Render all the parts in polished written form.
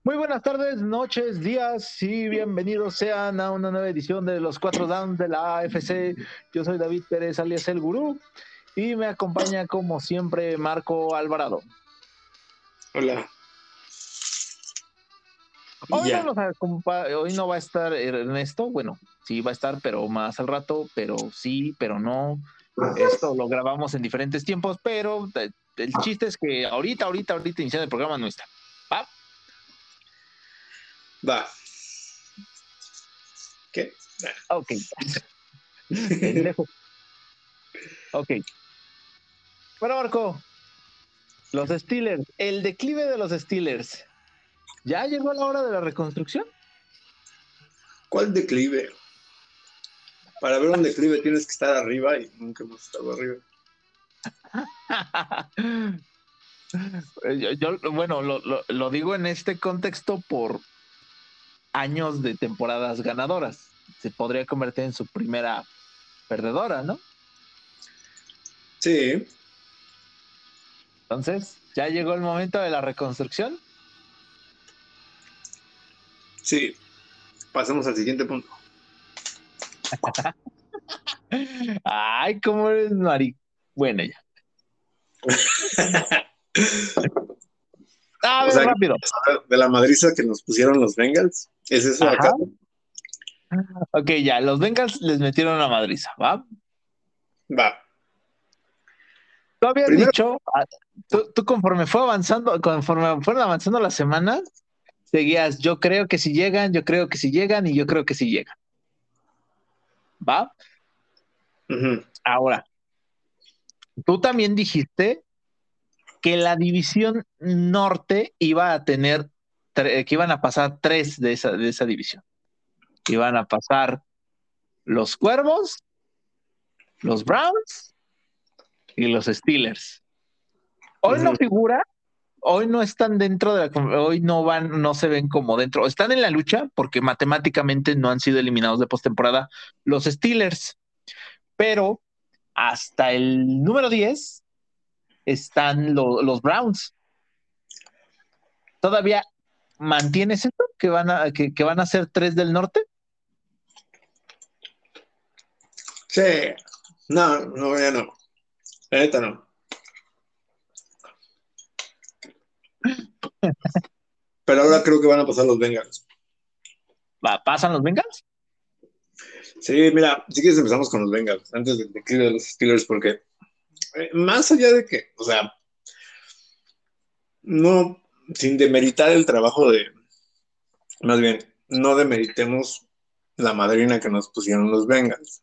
Muy buenas tardes, noches, días y bienvenidos sean a una nueva edición de los 4 Downs de la AFC. Yo soy David Pérez, alias El Gurú, y me acompaña como siempre Marco Alvarado. Hola. Hoy no, Ya. hoy no va a estar Ernesto, bueno, sí va a estar, pero más al rato, pero sí, pero no. Esto lo grabamos en diferentes tiempos, pero el chiste es que ahorita iniciando el programa no está. ¿Va? Va. ¿Qué? Ok. Pendejo. Ok. Bueno, Marco, los Steelers, el declive de los Steelers. ¿Ya llegó la hora de la reconstrucción? ¿Cuál declive? Para ver un declive tienes que estar arriba y nunca hemos estado arriba. Bueno, lo digo en este contexto por años de temporadas ganadoras. Se podría convertir en su primera perdedora, ¿no? Sí, Entonces, ¿ya llegó el momento de la reconstrucción? sí. Pasemos al siguiente punto. Ay, cómo eres Bueno, ya. A O ver, sea, rápido. de la madriza que nos pusieron los Bengals. ¿Es eso Ajá. acaso? Ok, ya, los Bengals les metieron una madriza, ¿va? Va. Tú habías Primero, dicho, tú conforme fueron avanzando las semanas, seguías, yo creo que si llegan, yo creo que si llegan y yo creo que si llegan. ¿Va? Ahora, tú también dijiste que la división norte iba a tener, que iban a pasar tres de esa división. Iban a pasar los Cuervos, los Browns y los Steelers. Hoy no figura, hoy no están dentro de hoy no se ven como dentro, están en la lucha porque matemáticamente no han sido eliminados de postemporada los Steelers, pero hasta el número 10 están los Browns. ¿Todavía mantienes esto? ¿Que van a ser tres del norte? sí. No, no, ya no. La neta no. Pero ahora creo que van a pasar los Bengals. ¿Pasan los Bengals? Sí, mira, si quieres empezamos con los Bengals, antes del declive de los Steelers, porque más allá de que, o sea, no, sin demeritar el trabajo de, más bien, no demeritemos la madrina que nos pusieron los Bengals,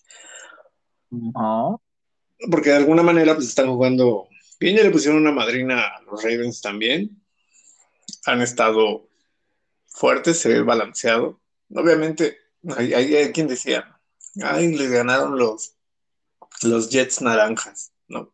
No. porque de alguna manera pues están jugando bien, ya le pusieron una madrina a los Ravens también, han estado fuertes, se ve balanceado, obviamente, hay quien decía, ay, les ganaron los Jets naranjas, ¿no?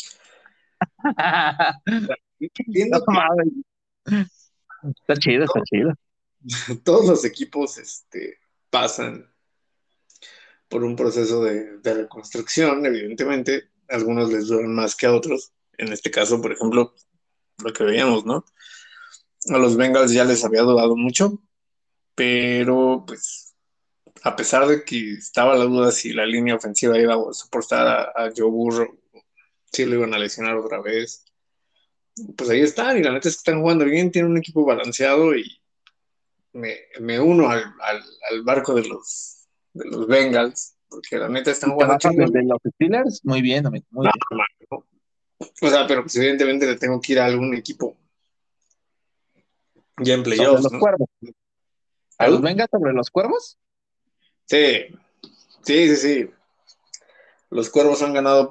No Entiendo que mames. Está chido, está chido. todos los equipos pasan por un proceso de reconstrucción, evidentemente, algunos les duran más que a otros. En este caso, por ejemplo, lo que veíamos, ¿no? A los Bengals ya les había dudado mucho, pero pues a pesar de que estaba la duda si la línea ofensiva iba a soportar a Joe Burrow, si lo iban a lesionar otra vez, pues ahí están, y la neta es que están jugando bien, tienen un equipo balanceado y me uno al barco de los Bengals, porque la neta están ¿Y te jugando bajas chingón. desde los Steelers? Muy bien, amigo, muy No, bien. no, o sea, pero pues evidentemente le tengo que ir a algún equipo ya en Sobre playoffs, los ¿no? Cuervos. ¿A los ¿Salud? Bengals sobre los Cuervos? Sí, sí, sí, sí. Los Cuervos han ganado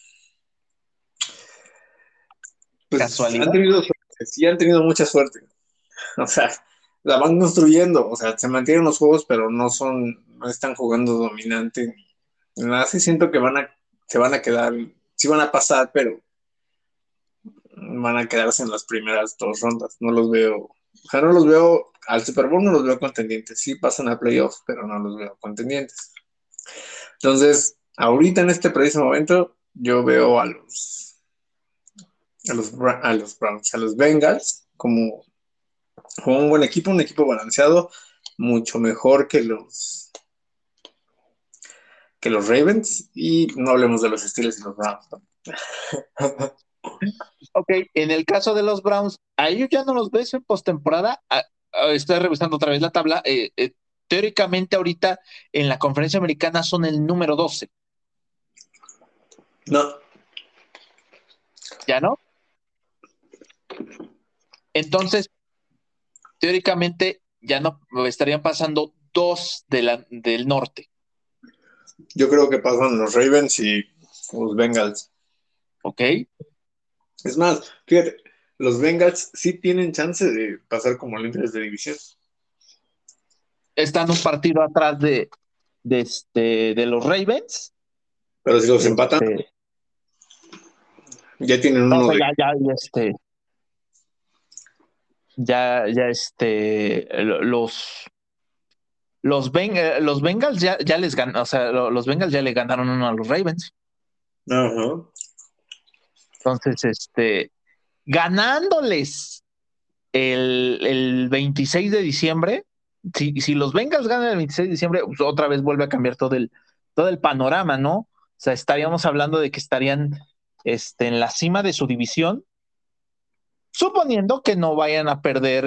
pues han ¿Casualidad? tenido suerte, sí han tenido mucha suerte. O sea, la van construyendo, o sea, se mantienen los juegos, pero no están jugando dominante. Nada, sí siento que se van a quedar, sí van a pasar, pero van a quedarse en las primeras dos rondas. No los veo, o sea, no los veo al Super Bowl, no los veo contendientes. Sí pasan a playoffs, pero no los veo contendientes. Entonces, ahorita en este preciso momento, yo veo a los Browns, a los Bengals como Jugó un equipo balanceado, mucho mejor que los Ravens, y no hablemos de los Steelers y los Browns, ¿no? Ok, en el caso de los Browns, a ellos ya no los ves en postemporada. Estoy revisando otra vez la tabla. Teóricamente, ahorita en la conferencia americana son el número 12. No, ¿Ya no? Entonces, teóricamente, ya no estarían pasando dos del norte. yo creo que pasan los Ravens y los Bengals. ¿Ok? Es más, fíjate, los Bengals sí tienen chance de pasar como líderes de división. Están un partido atrás de los Ravens. Pero si los empatan, Este, ya tienen no, o uno sea, de. los Bengals ya les ganan, o sea, los Bengals ya le ganaron uno a los Ravens. Ajá. Entonces, ganándoles el 26 de diciembre, si los Bengals ganan el 26 de diciembre, pues otra vez vuelve a cambiar todo el panorama, ¿no? O sea, estaríamos hablando de que estarían en la cima de su división, suponiendo que no vayan a perder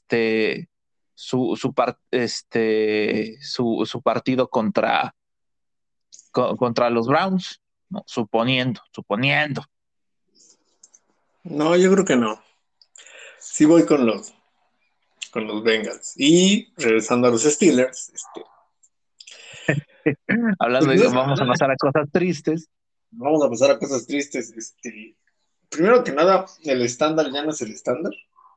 su partido contra los Browns, ¿no? Suponiendo. No, yo creo que no. Sí voy con los Bengals. Y regresando a los Steelers, Hablando pues de no que es, vamos a pasar a cosas tristes. vamos a pasar a cosas tristes. Primero que nada, el estándar ya no es el estándar.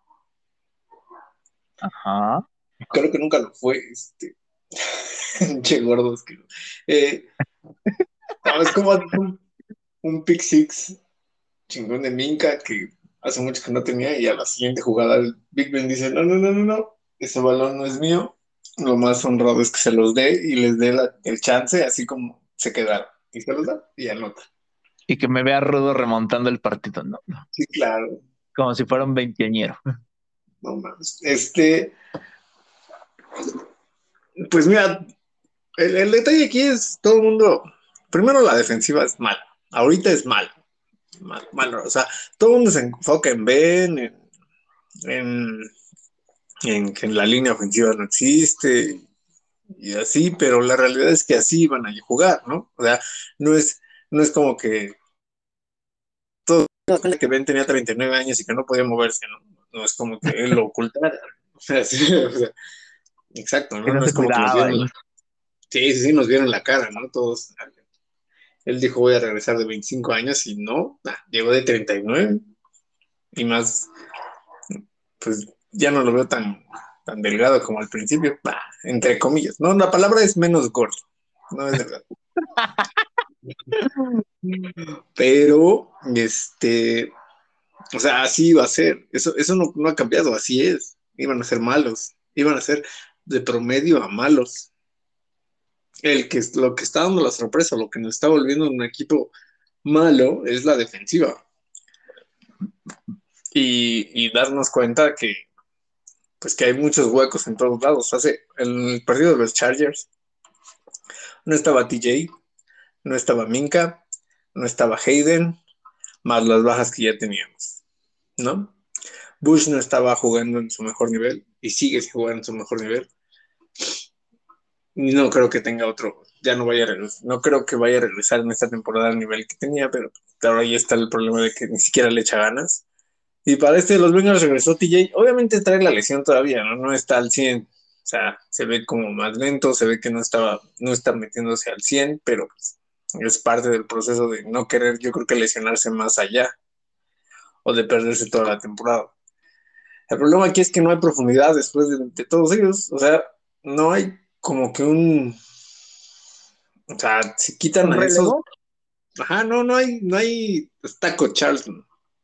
Ajá. Creo que nunca lo fue. Che, gordos. Eh, no, es como un pick six chingón de Minka que hace mucho que no tenía y a la siguiente jugada el Big Ben dice, no, no, no, no, no, ese balón no es mío. Lo más honrado es que se los dé y les dé el chance, así como se quedaron. Y se los da y anota. Y que me vea rudo remontando el partido, no, no. Sí, claro. Como si fuera un veinteañero. No más. Pues mira, el detalle aquí es todo el mundo. Primero, la defensiva es mala. Ahorita es mala. Malo. O sea, todo el mundo se enfoca en Ben, en, en que la línea ofensiva no existe y así, pero la realidad es que así iban a jugar, ¿no? O sea, no es, no es como que que Ben tenía 39 años y que no podía moverse, ¿no? No es como que él lo ocultara. O sea, sí, o sea, exacto, Que ¿no? no No se es como que nos cuidaba. vieron sí, sí, sí, nos vieron la cara, ¿no? Todos. Él dijo, voy a regresar de 25 años y no, llegó de 39 y más, pues ya no lo veo tan delgado como al principio, entre comillas. No, la palabra es menos gordo, no es delgado. Pero, o sea, así iba a ser. Eso no ha cambiado, así es. Iban a ser malos, iban a ser de promedio a malos. Lo que está dando la sorpresa, lo que nos está volviendo un equipo malo es la defensiva. Y darnos cuenta pues que hay muchos huecos en todos lados. En el partido de los Chargers no estaba TJ, no estaba Minka, no estaba Hayden, más las bajas que ya teníamos, ¿no? Bush no estaba jugando en su mejor nivel y sigue sin jugar en su mejor nivel. No creo que tenga otro, ya no vaya a regresar, no creo que vaya a regresar en esta temporada al nivel que tenía, pero claro, ahí está el problema de que ni siquiera le echa ganas. Y para los Bengals regresó TJ. Obviamente trae la lesión todavía, ¿no? No está al 100. O sea, se ve como más lento, se ve que no está metiéndose al 100, pero pues, es parte del proceso de no querer, yo creo que lesionarse más allá o de perderse toda la temporada. El problema aquí es que no hay profundidad después de todos ellos. O sea, no hay como que o sea, se quitan ¿Un a esos. relevo? Ajá, no hay pues, Taco Charlton.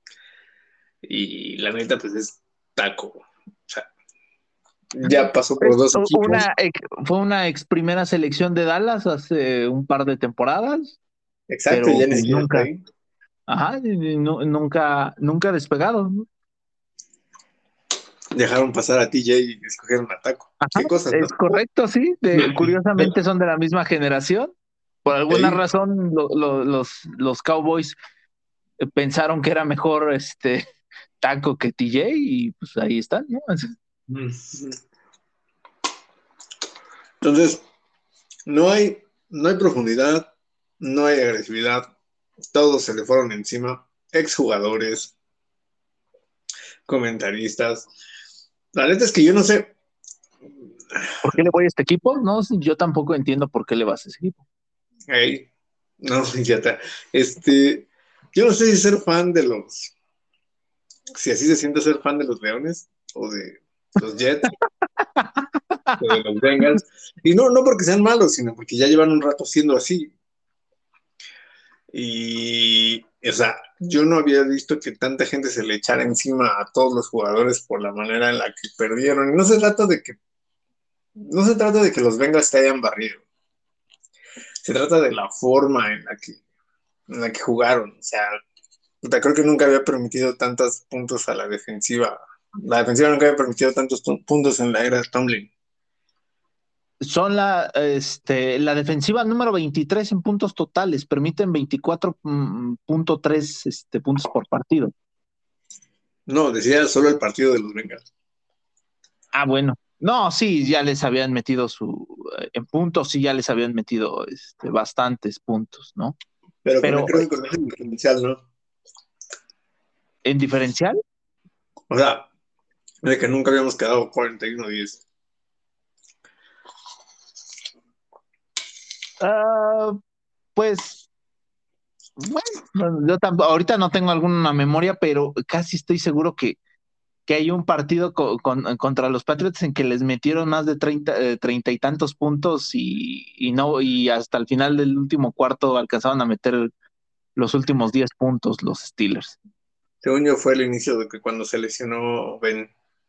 Y la neta, pues es Taco. O sea, ya pasó por Es dos equipos. fue una ex primera selección de Dallas hace un par de temporadas, Exacto, pero ya ni pues siquiera está nunca, ahí. ajá, nunca despegado, ¿no? dejaron pasar a TJ y escogieron a Taco. Ajá, ¿Qué cosas, no? es correcto, sí. Curiosamente son de la misma generación. Por alguna Ey, razón, los Cowboys pensaron que era mejor Taco que TJ y pues ahí están, ¿no? entonces, no hay profundidad, no hay agresividad, todos se le fueron encima, exjugadores, comentaristas. La neta es que yo no sé, ¿Por qué le voy a este equipo? No, yo tampoco entiendo por qué le vas a ese equipo. hey, no, ya está. Yo no sé si ser fan de si así se siente ser fan de los Leones o de los Jets o de los Bengals. Y no porque sean malos, sino porque ya llevan un rato siendo así. Y, o sea, yo no había visto que tanta gente se le echara encima a todos los jugadores por la manera en la que perdieron. Y no se trata de que los Bengals te hayan barrido. Se trata de la forma en la que jugaron. O sea, puta, creo que nunca había permitido tantos puntos a la defensiva. La defensiva nunca había permitido tantos puntos en la era de Tomlin. Son la defensiva número 23 en puntos totales, permiten 24.3 puntos por partido. No, decía solo el partido de los Bengals. Ah, bueno. No, sí, ya les habían metido en puntos, sí, ya les habían metido bastantes puntos, ¿no? Pero Pero creo que con ese diferencial, ¿no? en diferencial, O sea, de que nunca habíamos quedado 41-10. ah, pues, bueno, yo ahorita no tengo alguna memoria, pero casi estoy seguro que hay un partido contra los Patriots en que les metieron más de 30 y tantos puntos y hasta el final del último cuarto alcanzaban a meter los últimos 10 puntos los Steelers. Según yo fue el inicio de que cuando se lesionó Ben.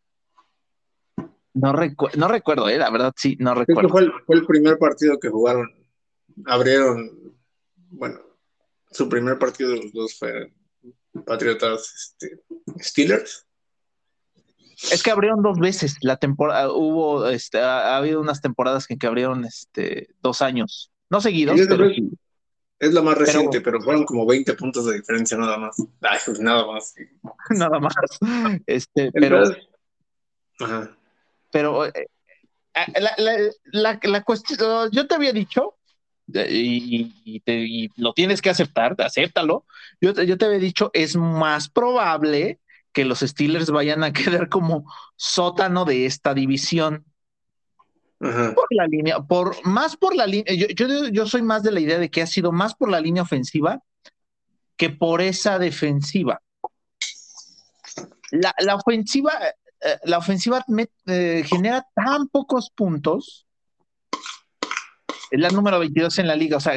No recuerdo, la verdad sí, no Creo que recuerdo. fue el primer partido que jugaron. Abrieron, bueno, su primer partido de los dos fue Patriotas Steelers. Es que abrieron dos veces la temporada, ha habido unas temporadas que abrieron 2 años, no Y seguidos, esa pero fue, sí, es la más pero reciente, pero fueron como 20 puntos de diferencia nada más. Ay, pues nada más. nada más. Este, El pero, peor. Ajá. pero la cuestión, yo te había dicho, y lo tienes que aceptar, acéptalo. Yo te había dicho, es más probable que los Steelers vayan a quedar como sótano de esta división. Ajá. Por la línea, más por la línea, yo soy más de la idea de que ha sido más por la línea ofensiva que por esa defensiva. La ofensiva, genera tan pocos puntos, es la número 22 en la liga, o sea,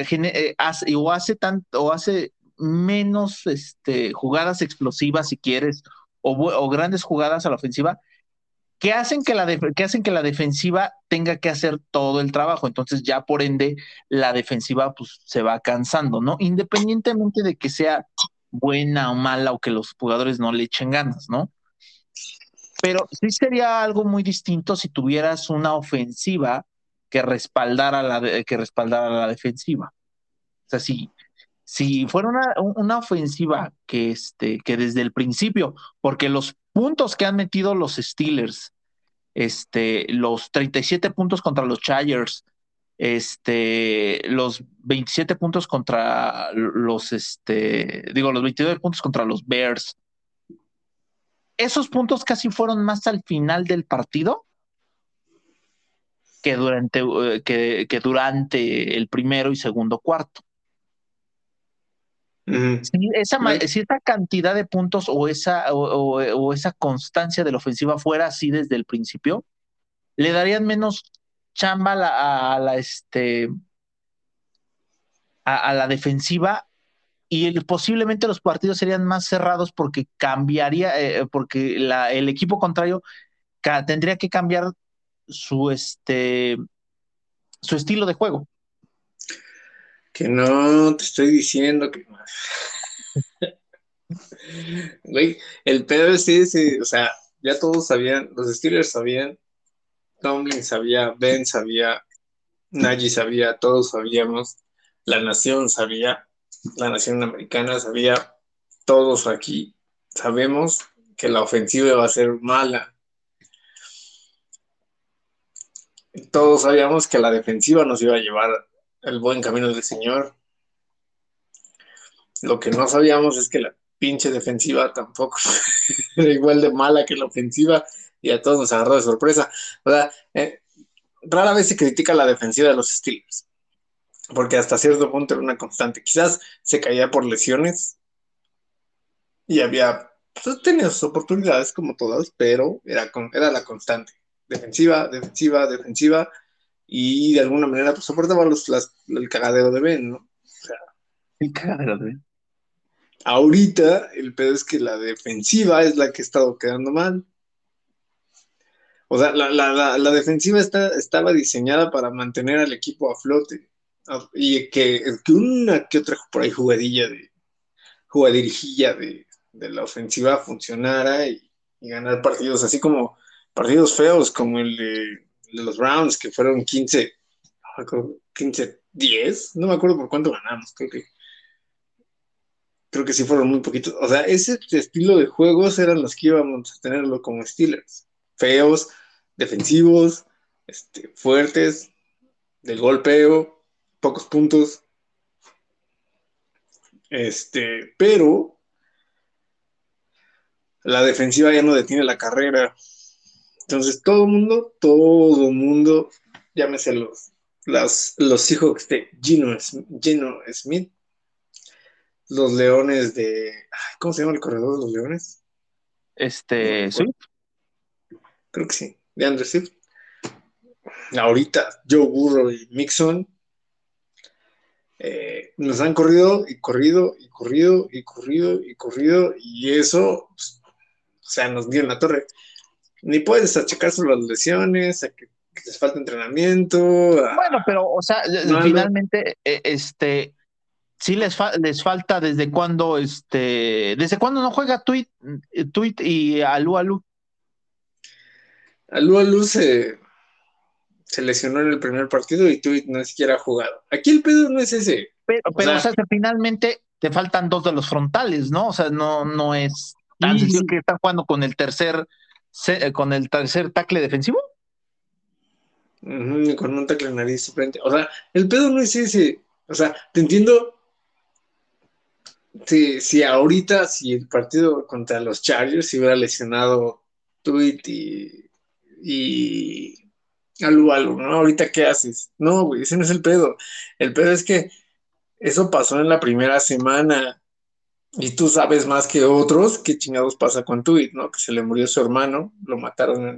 hace menos jugadas explosivas, si quieres, o grandes jugadas a la ofensiva, que hacen que la defensiva tenga que hacer todo el trabajo. Entonces, ya por ende, la defensiva pues, se va cansando, ¿no? Independientemente de que sea buena o mala o que los jugadores no le echen ganas, ¿no? Pero sí sería algo muy distinto si tuvieras una ofensiva que respaldara la defensiva. O sea, si fuera una ofensiva que desde el principio, porque los puntos que han metido los Steelers, los 37 puntos contra los Chargers, los 27 puntos contra los 22 puntos contra los Bears, esos puntos casi fueron más al final del partido que durante el primero y segundo cuarto. Ujú. Si esa cantidad de puntos o esa constancia de la ofensiva fuera así desde el principio, le darían menos chamba a la defensiva y posiblemente los partidos serían más cerrados porque porque el equipo contrario tendría que cambiar su, su estilo de juego. Que no, te estoy diciendo que. Güey, el pedo es ese, o sea, Ya todos sabían, los Steelers sabían, Tomlin sabía, Ben sabía, Nagy sabía, todos sabíamos, la nación sabía, la nación americana sabía, todos aquí sabemos que la ofensiva va a ser mala. Todos sabíamos que la defensiva nos iba a llevar el buen camino del Señor. Lo que no sabíamos es que la pinche defensiva tampoco era igual de mala que la ofensiva y a todos nos agarró de sorpresa. O sea, rara vez se critica la defensiva de los Steelers, porque hasta cierto punto era una constante. Quizás se caía por lesiones y había, pues, tenía sus oportunidades como todas, pero era la constante. Defensiva, defensiva, defensiva, y de alguna manera pues soportaba el cagadero de Ben, ¿no? O sea, Qué cagadero, güey. ahorita el pedo es que la defensiva es la que ha estado quedando mal. O sea, la defensiva estaba diseñada para mantener al equipo a flote. Y que una que otra por ahí jugadijilla de la ofensiva funcionara y ganar partidos, así como partidos feos como el de los Browns, que fueron 15-10, no me acuerdo por cuánto ganamos, creo que sí fueron muy poquitos. O sea, ese estilo de juegos eran los que íbamos a tenerlo como Steelers. Feos, defensivos, fuertes, de golpeo, pocos puntos. Pero la defensiva ya no detiene la carrera. Entonces todo mundo, llámese los Seahawks de Geno Smith, los Leones ¿cómo se llama el corredor de los Leones? No me acuerdo. Sí. Creo que sí, de Andrew Swift. Ahorita Joe Burrow y Mixon nos han corrido y corrido y corrido y corrido y corrido y eso, pues, o sea, nos dio en la torre. Ni puedes achacar solo las lesiones, a que les falta entrenamiento. Bueno, pero, o sea, No, no. finalmente, sí les falta desde cuándo no juega Tweet y Alu. Alu se lesionó en el primer partido y Tuit no siquiera ha jugado. Aquí el pedo no es ese. Pero, o sea, que finalmente te faltan dos de los frontales, ¿no? O sea, no es tan Sí, sencillo sí. que están jugando con el tercer tackle defensivo. Con un tackle nariz frente. O sea, el pedo no es ese. O sea, te entiendo. Si ahorita, si el partido contra los Chargers se hubiera lesionado Tuit y Alu, ¿no? Ahorita, ¿qué haces? No, güey, ese no es el pedo. El pedo es que eso pasó en la primera semana y tú sabes más que otros qué chingados pasa con Tuit, ¿no? Que se le murió su hermano, lo mataron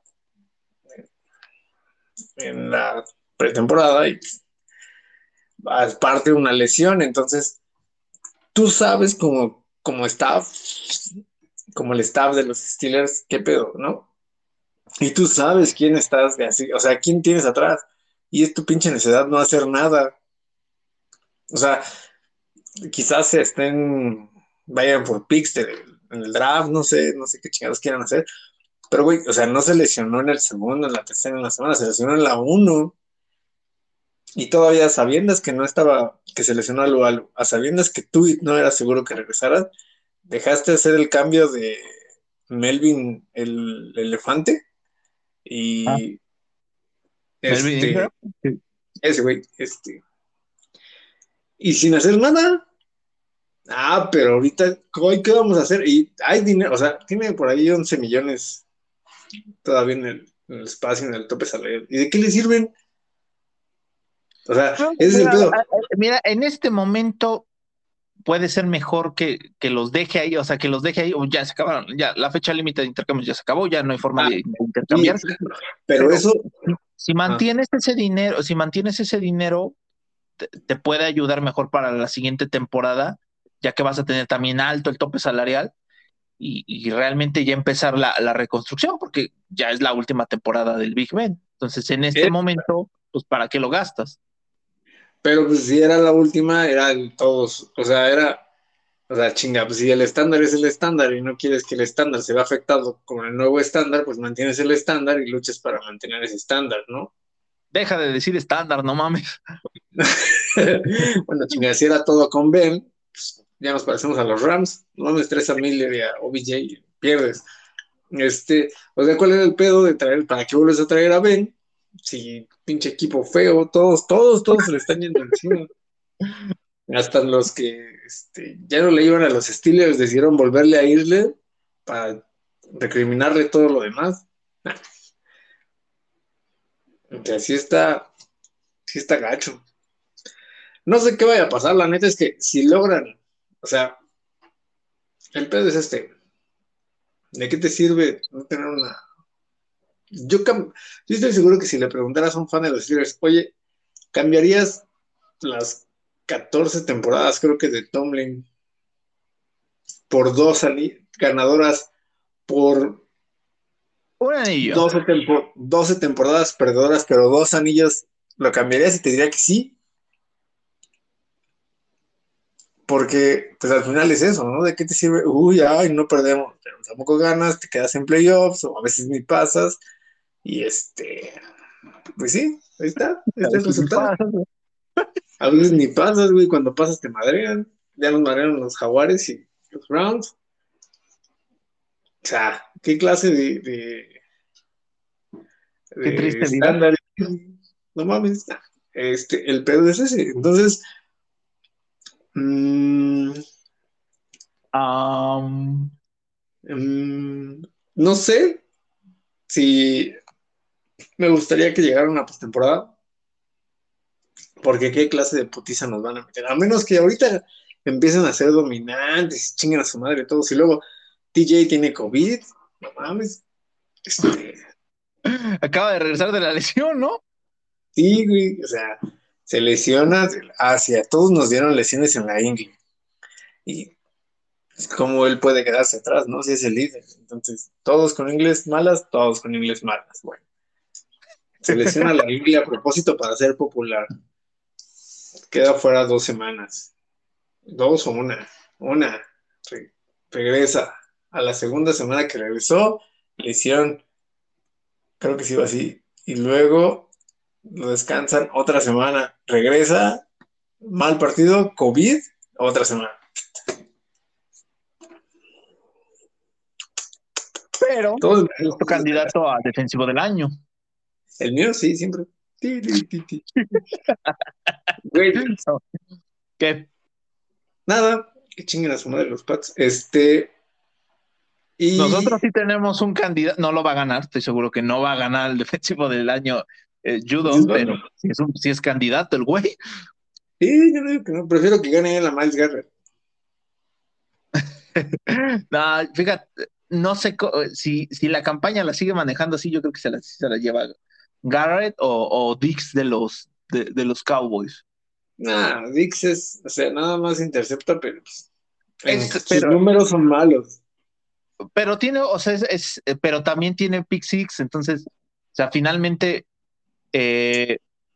en la pretemporada y es parte de una lesión. Entonces, tú sabes como staff, como el staff de los Steelers, qué pedo, ¿no? Y tú sabes quién estás, así, o sea, quién tienes atrás. Y es tu pinche necesidad no hacer nada. O sea, quizás vayan por picks en el draft, no sé qué chingados quieran hacer. Pero, güey, o sea, no se lesionó en el segundo, en la tercera, en la semana, se lesionó en la uno. Y todavía sabiendas que no estaba, que se lesionó a sabiendas que tú no era seguro que regresara, dejaste hacer el cambio de Melvin el elefante Ah, y Melvin Ingram. este, Sí. ese güey, y sin hacer nada. Pero ahorita, hoy, ¿qué vamos a hacer? Y hay dinero, o sea, tiene por ahí 11 millones todavía en el espacio, en el tope salarial. ¿Y de qué le sirven? O sea, No, ese es el mira, pedo. mira, en este momento puede ser mejor que los deje ahí, o sea, que los deje ahí, o ya se acabaron, ya la fecha límite de intercambios ya se acabó, ya no hay forma Ah, de sí, intercambiar, exacto. Pero pero eso, si ajá. mantienes ese dinero, te puede ayudar mejor para la siguiente temporada, ya que vas a tener también alto el tope salarial y realmente ya empezar la reconstrucción, porque ya es la última temporada del Big Ben. Entonces, en este momento, pues, ¿para qué lo gastas? Pero pues si era la última, eran todos, o sea, era O sea, chinga, pues si el estándar es el estándar y no quieres que el estándar se vea afectado con el nuevo estándar, pues mantienes el estándar y luchas para mantener ese estándar, ¿no? Deja de decir estándar, no mames. Bueno, chinga, si era todo con Ben, pues ya nos parecemos a los Rams, no mames, traes a Miller y a OBJ, y pierdes. O sea, ¿cuál era el pedo de traer, para qué vuelves a traer a Ben? Si pinche equipo feo, todos se le están yendo encima. Hasta los que ya no le iban a los Steelers decidieron volverle a irle para recriminarle todo lo demás. Nah, que sí está gacho. No sé qué vaya a pasar, la neta es que si logran, o sea, el pedo es ¿de qué te sirve no tener una... Yo estoy seguro que si le preguntaras a un fan de los Steelers, oye, ¿cambiarías las 14 temporadas, creo que de Tomlin, por ganadoras, por Un anillo. 12 temporadas perdedoras, pero 2 anillos? ¿Lo cambiarías? Y te diría que sí, porque pues al final es eso, ¿no? ¿De qué te sirve? Uy, ay, no perdemos, pero tampoco ganas, te quedas en playoffs, o a veces ni pasas, y pues sí, ahí está el resultado. A veces ni pasas, güey, cuando pasas te madrean, ya nos madrearon los Jaguares y los Browns. O sea, ¿qué clase Qué de triste vida. estándar? No mames. El pedo es ese. Entonces, mm, Am, mm, no sé si me gustaría que llegara una postemporada, porque qué clase de putiza nos van a meter. A menos que ahorita empiecen a ser dominantes, chinguen a su madre todos, y luego TJ tiene COVID, no mames. Acaba de regresar de la lesión, ¿no? Sí, güey, o sea, se lesiona hacia todos nos dieron lesiones en la ingle. Y cómo él puede quedarse atrás, ¿no? Si es el líder. Entonces, todos con inglés malas, todos con inglés malas. Bueno, se lesiona la ingle a propósito para ser popular. Queda fuera 2 semanas. Dos o una. Una. Regresa. A la segunda semana que regresó, lesión. Creo que sí va así. Y luego lo descansan otra semana. Regresa, mal partido, COVID, otra semana. Pero Todo es tu candidato a defensivo del año. el mío, sí, siempre. Ti, ti, ti, ti. Güey, Que nada, que chinguen a su madre los Pats. nosotros Y sí tenemos un candidato, no lo va a ganar, estoy seguro que no va a ganar el defensivo del año Judon, pero Judon. si es candidato el güey. Sí, yo digo que no, prefiero que gane la Miles Garrett. No, fíjate, no sé si la campaña la sigue manejando así, yo creo que se la lleva Garrett o Dix de los Cowboys. Nah, Dix o sea, nada más intercepta, pero pues, Es, sus pero, números son malos. pero tiene, o sea, pero también tiene pick six, entonces, o sea, finalmente eh,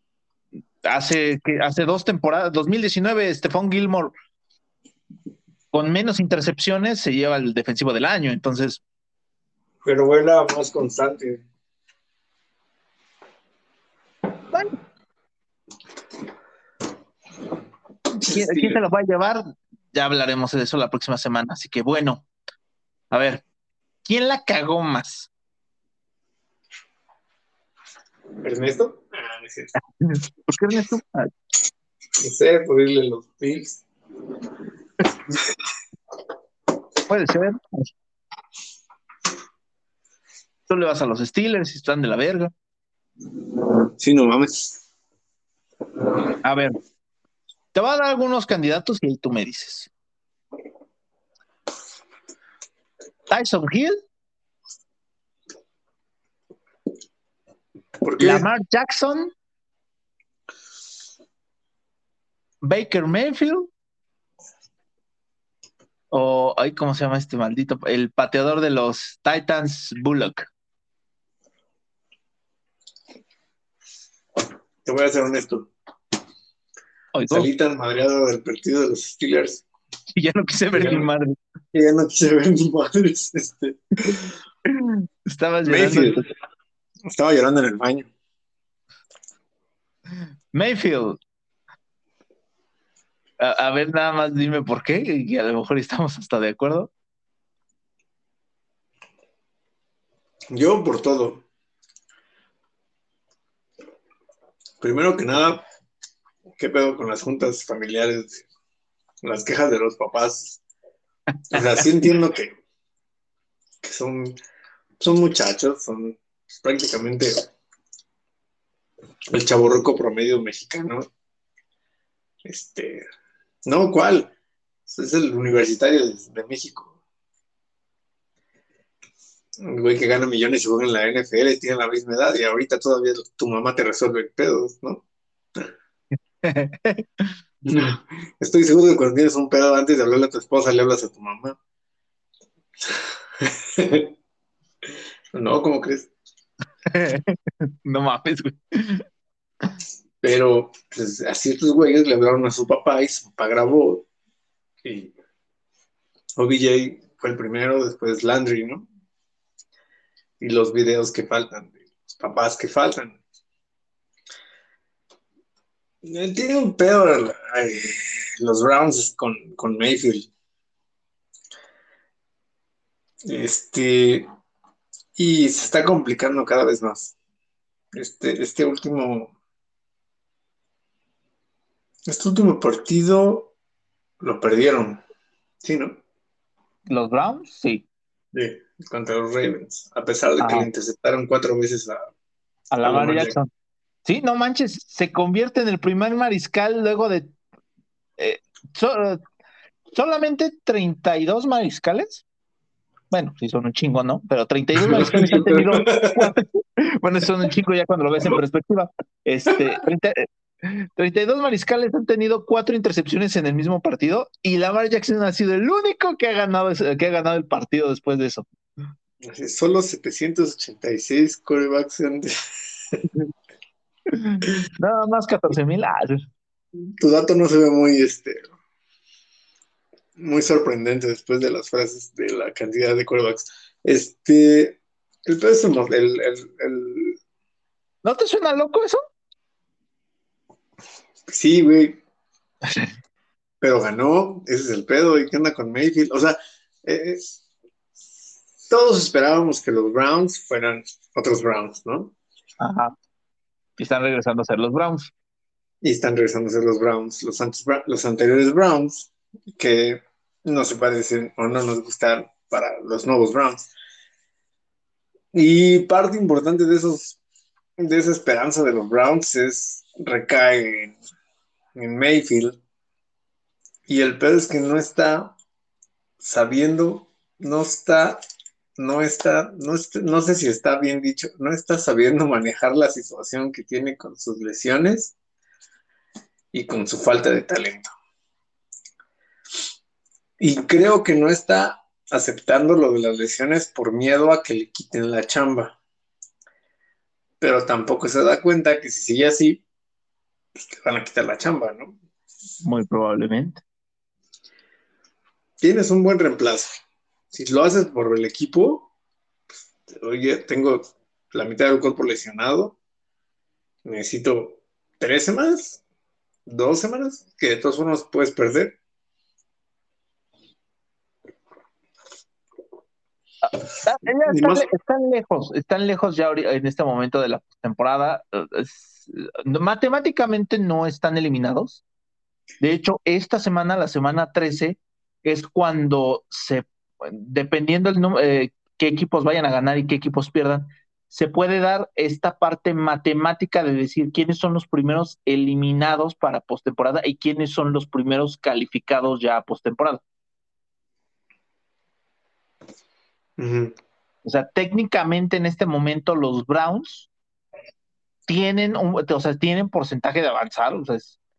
hace 2 temporadas, 2019, Stephon Gilmore con menos intercepciones se lleva el defensivo del año, entonces, Pero vuela más constante. bueno, Pinches ¿quién se Steelers. lo va a llevar? Ya hablaremos de eso la próxima semana, así que bueno, a ver, ¿quién la cagó más? ¿Ernesto? Ah, no es cierto. ¿Por qué Ernesto? Ah, No sé, por irle a los Bills. puede ser. Tú le vas a los Steelers y están de la verga. Sí, no mames. A ver, te voy a dar algunos candidatos y ahí tú me dices. Tyson Hill, ¿Por qué? Lamar Jackson, Baker Mayfield o, ay, ¿cómo se llama este maldito? El pateador de los Titans, Bullock. Te voy a ser honesto. Oigo. Salí tan madreado del partido de los Steelers Y ya no quise ver Ya mi no, madre. ya no quise ver ni madres. Estabas llorando. Mayfield, estaba llorando en el baño. Mayfield. A ver, nada más dime por qué, y a lo mejor estamos hasta de acuerdo. Yo por todo. Primero que nada, ¿qué pedo con las juntas familiares, las quejas de los papás? O sea, sí entiendo que son muchachos, son prácticamente el chaborruco promedio mexicano. Este, no, ¿cuál? Es el universitario de México. Un güey que gana millones y juega en la NFL, tiene la misma edad y ahorita todavía tu mamá te resuelve pedos, ¿no? Estoy seguro que cuando tienes un pedo antes de hablarle a tu esposa, le hablas a tu mamá. No, ¿cómo crees? No mames, güey. Pero pues, a ciertos güeyes le hablaron a su papá y su papá grabó. Y OBJ fue el primero, después Landry, ¿no? Y los videos que faltan, de los papás que faltan. Tiene un pedo los Browns con Mayfield. Este, y se está complicando cada vez más. Este último partido lo perdieron, ¿sí, no? Los Browns, sí. Sí, contra los Ravens, a pesar de que le Ajá. interceptaron 4 veces A a Lamar Lamar Jackson. Jackson. Sí, no manches, se convierte en el primer mariscal luego de eh, so- solamente 32 mariscales. Bueno, sí son un chingo, ¿no? Pero 32 mariscales han tenido cuatro. Bueno, son un chingo ya cuando lo ves en perspectiva. 32 mariscales han tenido 4 intercepciones en el mismo partido y Lamar Jackson ha sido el único que ha ganado el partido después de eso. Solo 786 quarterbacks. Nada más 14,000. Tu dato no se ve muy sorprendente después de las frases de la cantidad de quarterbacks. El peor es ¿No te suena loco eso? sí, güey, pero ganó, ese es el pedo, ¿y qué onda con Mayfield? O sea, eh, todos esperábamos que los Browns fueran otros Browns, ¿no? Ajá. Y están regresando a ser los Browns. Y están regresando a ser los Browns, los anteriores Browns, que no se parecen o no nos gustan para los nuevos Browns. Y parte importante de esa esperanza de los Browns recae en Mayfield. Y el pedo es que no está sabiendo, no está, no sé si está bien dicho, no está sabiendo manejar la situación que tiene con sus lesiones y con su falta de talento. Y creo que no está aceptando lo de las lesiones por miedo a que le quiten la chamba. Pero tampoco se da cuenta que si sigue así, pues te van a quitar la chamba, ¿no? Muy probablemente. Tienes un buen reemplazo. Si lo haces por el equipo, oye, tengo la mitad del cuerpo lesionado, necesito 3 semanas, 2 semanas, que de todas formas puedes perder. Ya Ni más. están lejos ya en este momento de la temporada. Matemáticamente no están eliminados. De hecho, esta semana, la semana 13, es cuando dependiendo qué equipos vayan a ganar y qué equipos pierdan, se puede dar esta parte matemática de decir quiénes son los primeros eliminados para postemporada y quiénes son los primeros calificados ya a postemporada. Uh-huh. O sea, técnicamente en este momento los Browns tienen porcentaje de avanzar, o sea,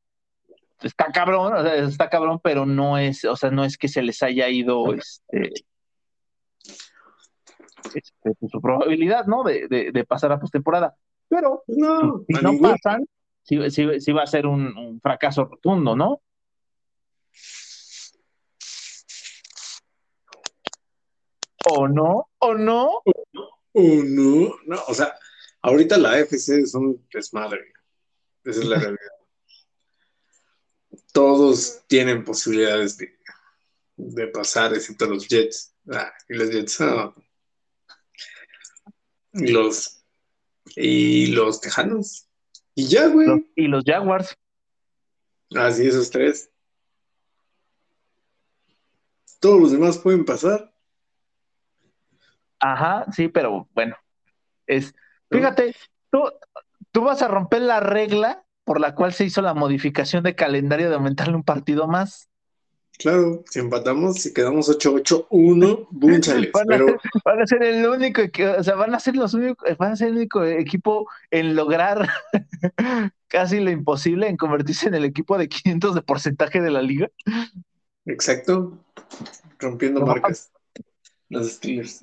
está cabrón, pero no es, o sea, no es que se les haya ido su probabilidad, ¿no? De pasar a postemporada. Pero pues, No, si a no ninguno. pasan, sí va a ser un fracaso rotundo, ¿no? ¿O no? ¿O no? Oh, no, no, o sea, ahorita la AFC es un desmadre. Esa es la realidad. Todos tienen posibilidades de pasar, excepto los Jets. Y los Jets, y los Tejanos. Y ya, güey. Y los Jaguars. Así esos tres. Todos los demás pueden pasar, Ajá, sí, pero bueno. Es, ¿no? fíjate, tú, tú vas a romper la regla por la cual se hizo la modificación de calendario de aumentarle un partido más. Claro, si empatamos, si quedamos 8-8-1, búnchales. Van a, Pero van a ser el único, o sea, van a ser los únicos, van a ser el único equipo en lograr casi lo imposible en convertirse en el equipo de 500 de porcentaje de la liga. exacto, rompiendo No, marcas, los Steelers.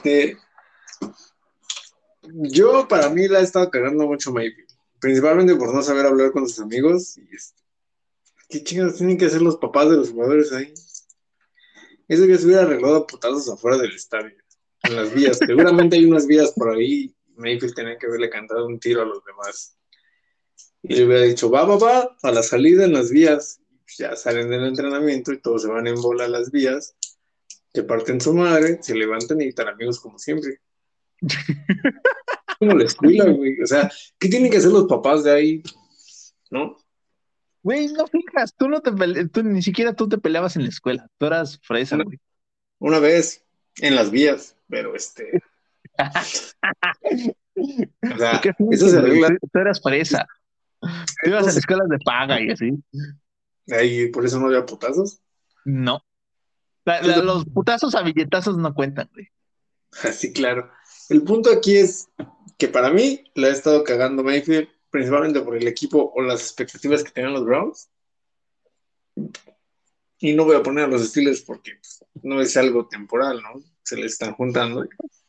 Yo para mí la he estado cagando mucho Mayfield, principalmente por no saber hablar con sus amigos. ¿Qué chingados tienen que hacer los papás de los jugadores ahí? Eso ya se hubiera arreglado a putazos afuera del estadio, en las vías. Seguramente hay unas vías por ahí. Mayfield tenía que haberle cantado un tiro a los demás. Y le hubiera dicho, va, a la salida en las vías. Ya salen del entrenamiento y todos se van en bola a las vías, que parten su madre, se levantan y están amigos como siempre. Como la escuela, güey. O sea, ¿qué tienen que hacer los papás de ahí? ¿No? güey, no fijas, tú no tú, ni siquiera tú te peleabas en la escuela, tú eras fresa, Una, güey. una vez en las vías, pero o sea, ¿Qué eso finges, se güey? arregla. Tú eras fresa, tú ibas Esto en se- escuelas de paga y así. ahí, por eso no había putazos. No, los putazos a billetazos no cuentan, güey. Así, claro. El punto aquí es que para mí la ha estado cagando Mayfield, principalmente por el equipo o las expectativas que tenían los Browns. Y no voy a poner a los Steelers porque pues, no es algo temporal, ¿no? Se les están juntando.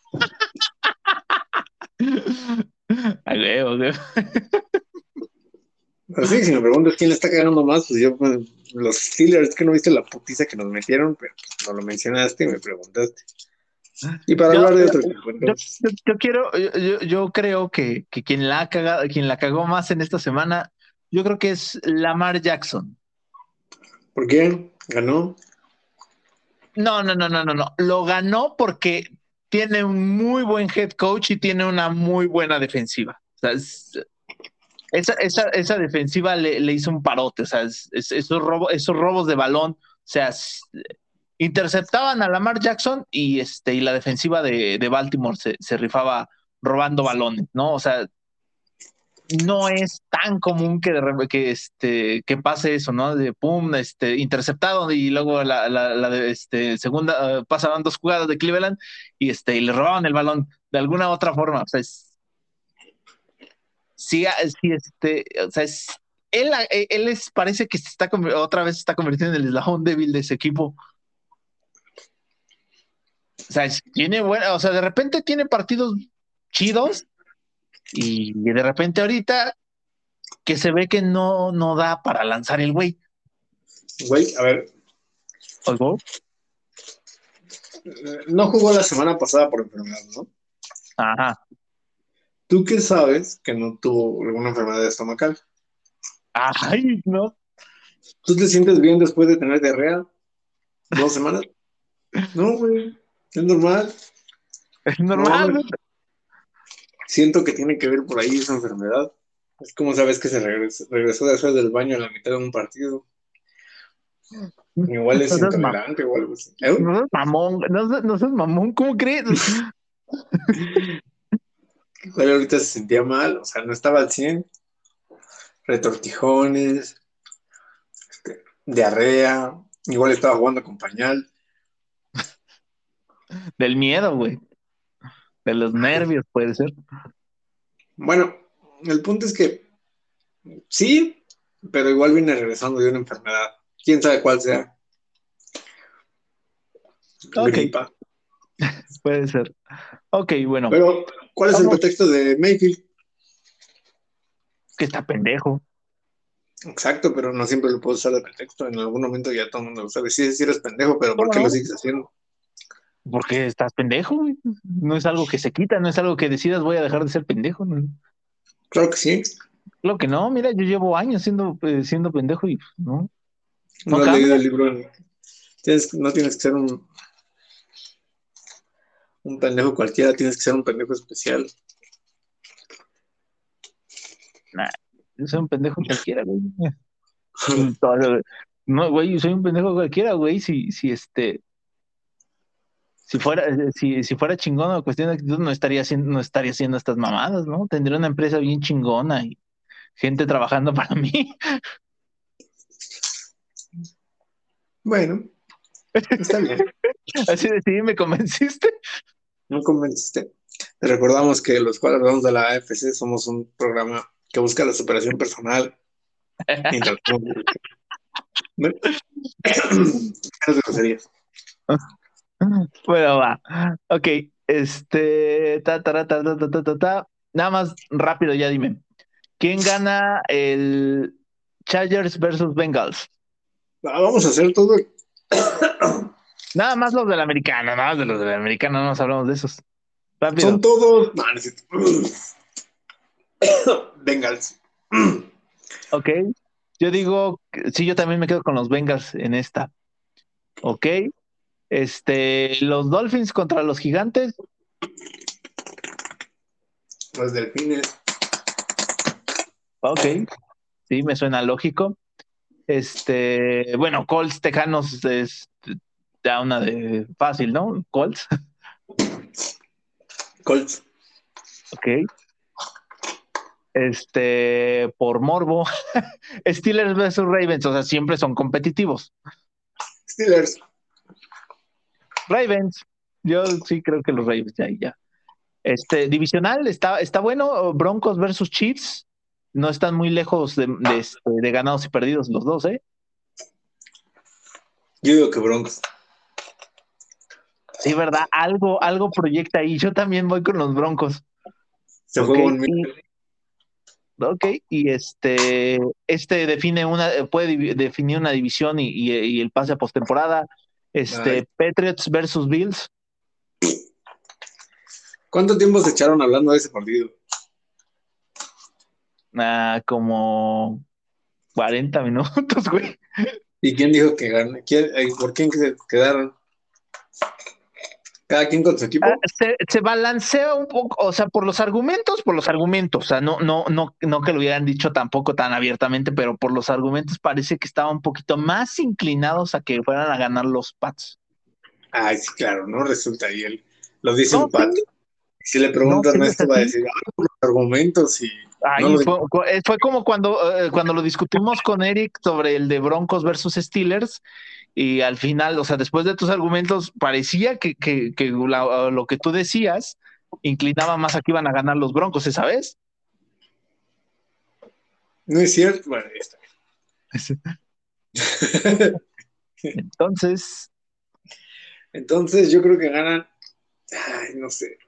Ay, güey. Así, si me preguntas quién le está cagando más, pues yo, pues, los Steelers, es que no viste la putiza que nos metieron, pero pues, no lo mencionaste y me preguntaste. Y para Yo, hablar de otro equipo, yo, entonces, yo quiero, yo creo que quien la ha cagado, quien la cagó más en esta semana, yo creo que es Lamar Jackson. ¿por qué? ¿Ganó? No. Lo ganó porque tiene un muy buen head coach y tiene una muy buena defensiva. O sea, esa defensiva le hizo un parote. O sea, esos robos de balón, o sea, interceptaban a Lamar Jackson y la defensiva de Baltimore se rifaba robando balones, ¿no? O sea, no es tan común que pase eso, ¿no? De pum, interceptado y luego la de segunda, pasaban dos jugadas de Cleveland y le robaban el balón de alguna otra forma. O sea, sí, o sea, parece que otra vez se está convirtiendo en el eslabón débil de ese equipo. O sea, tiene buena, o sea, de repente tiene partidos chidos y de repente ahorita que se ve que no da para lanzar el güey. Güey, a ver, ¿Oigo? no jugó la semana pasada por enfermedad, ¿no? Ajá. ¿Tú qué sabes que no tuvo alguna enfermedad estomacal? Ay, no. ¿Tú te sientes bien después de tener diarrea 2 semanas? No, güey, es normal. Es No normal, mames. güey. Siento que tiene que ver por ahí esa enfermedad. Es como sabes que se regresó de hacer del baño a la mitad de un partido. Igual es No seas, intolerante o algo así. no seas mamón, no seas mamón, ¿cómo crees? Igual ahorita se sentía mal, o sea, no estaba al 100. Retortijones, diarrea, igual estaba jugando con pañal. Del miedo, güey. De los nervios, puede ser. Bueno, el punto es que sí, pero igual viene regresando de una enfermedad. Quién sabe cuál sea. Ok, Gripa. puede ser. Ok, bueno. Pero, ¿cuál es el Vamos, pretexto de Mayfield? que está pendejo. Exacto, pero no siempre lo puedo usar de pretexto. En algún momento ya todo el mundo lo sabe. Sí, sí eres pendejo, pero ¿por ¿Cómo qué lo no? sigues haciendo? Porque estás pendejo, güey. No es algo que se quita, no es algo que decidas voy a dejar de ser pendejo. ¿No? Claro que sí. Claro que no, mira, yo llevo años siendo pendejo y no No has leído cambia. el libro. No tienes que ser un pendejo cualquiera, tienes que ser un pendejo especial. Nah, yo soy un pendejo cualquiera, güey. No, güey, yo soy un pendejo cualquiera, güey. Si fuera chingón o cuestión de actitud, no estaría haciendo estas mamadas, ¿no? Tendría una empresa bien chingona y gente trabajando para mí. Bueno, está bien. Así de sí, me convenciste. No convenciste. Te recordamos que los cuadros redondos de la AFC somos un programa que busca la superación personal y tratamos de... ¿no? Menos groserías. Bueno, va. Ok, Nada más rápido, ya dime. ¿Quién gana el Chargers versus Bengals? Vamos a hacer todo. Nada más los del americano, nada más de los del americano, no nos hablamos de esos. Son Rápido. todos. No, no es cierto. Bengals. Ok. Yo digo, sí, yo también me quedo con los Bengals en esta. Ok. Los Dolphins contra los Gigantes. Los delfines. Ok. Sí, me suena lógico. Bueno, Colts Tejanos es ya una de fácil, ¿no? Colts. Colts. Ok. Por morbo. Steelers versus Ravens, o sea, siempre son competitivos. Steelers. Ravens. Yo sí creo que los Ravens, ya, ya. Divisional, está bueno. Broncos versus Chiefs. No están muy lejos de ganados y perdidos los dos, ¿eh? Yo digo que Broncos. Sí, ¿verdad? Algo proyecta ahí. Yo también voy con los Broncos. Se Ok, juega un... y puede definir una división y el pase a postemporada. Ay, Patriots versus Bills. ¿cuánto tiempo se echaron hablando de ese partido? Como 40 minutos, güey. ¿Y quién dijo que gane? ¿Por quién se quedaron? ¿Cada quien con su equipo? Se balancea un poco, o sea, por los argumentos, o sea, no que lo hubieran dicho tampoco tan abiertamente, pero por los argumentos parece que estaban un poquito más inclinados a que fueran a ganar los Pats. Ay, sí, claro, ¿no? Resulta y él lo dice No, un sí, pato. Si le no, preguntas, sí, es Ernesto va a así. decir, por los argumentos y no Ahí lo fue como cuando lo discutimos con Eric sobre el de Broncos versus Steelers, y al final, o sea, después de tus argumentos, parecía que lo que tú decías inclinaba más a que iban a ganar los Broncos, esa vez. no es cierto. Bueno, ya está. Entonces, Entonces, yo creo que ganan. Ay, no sé.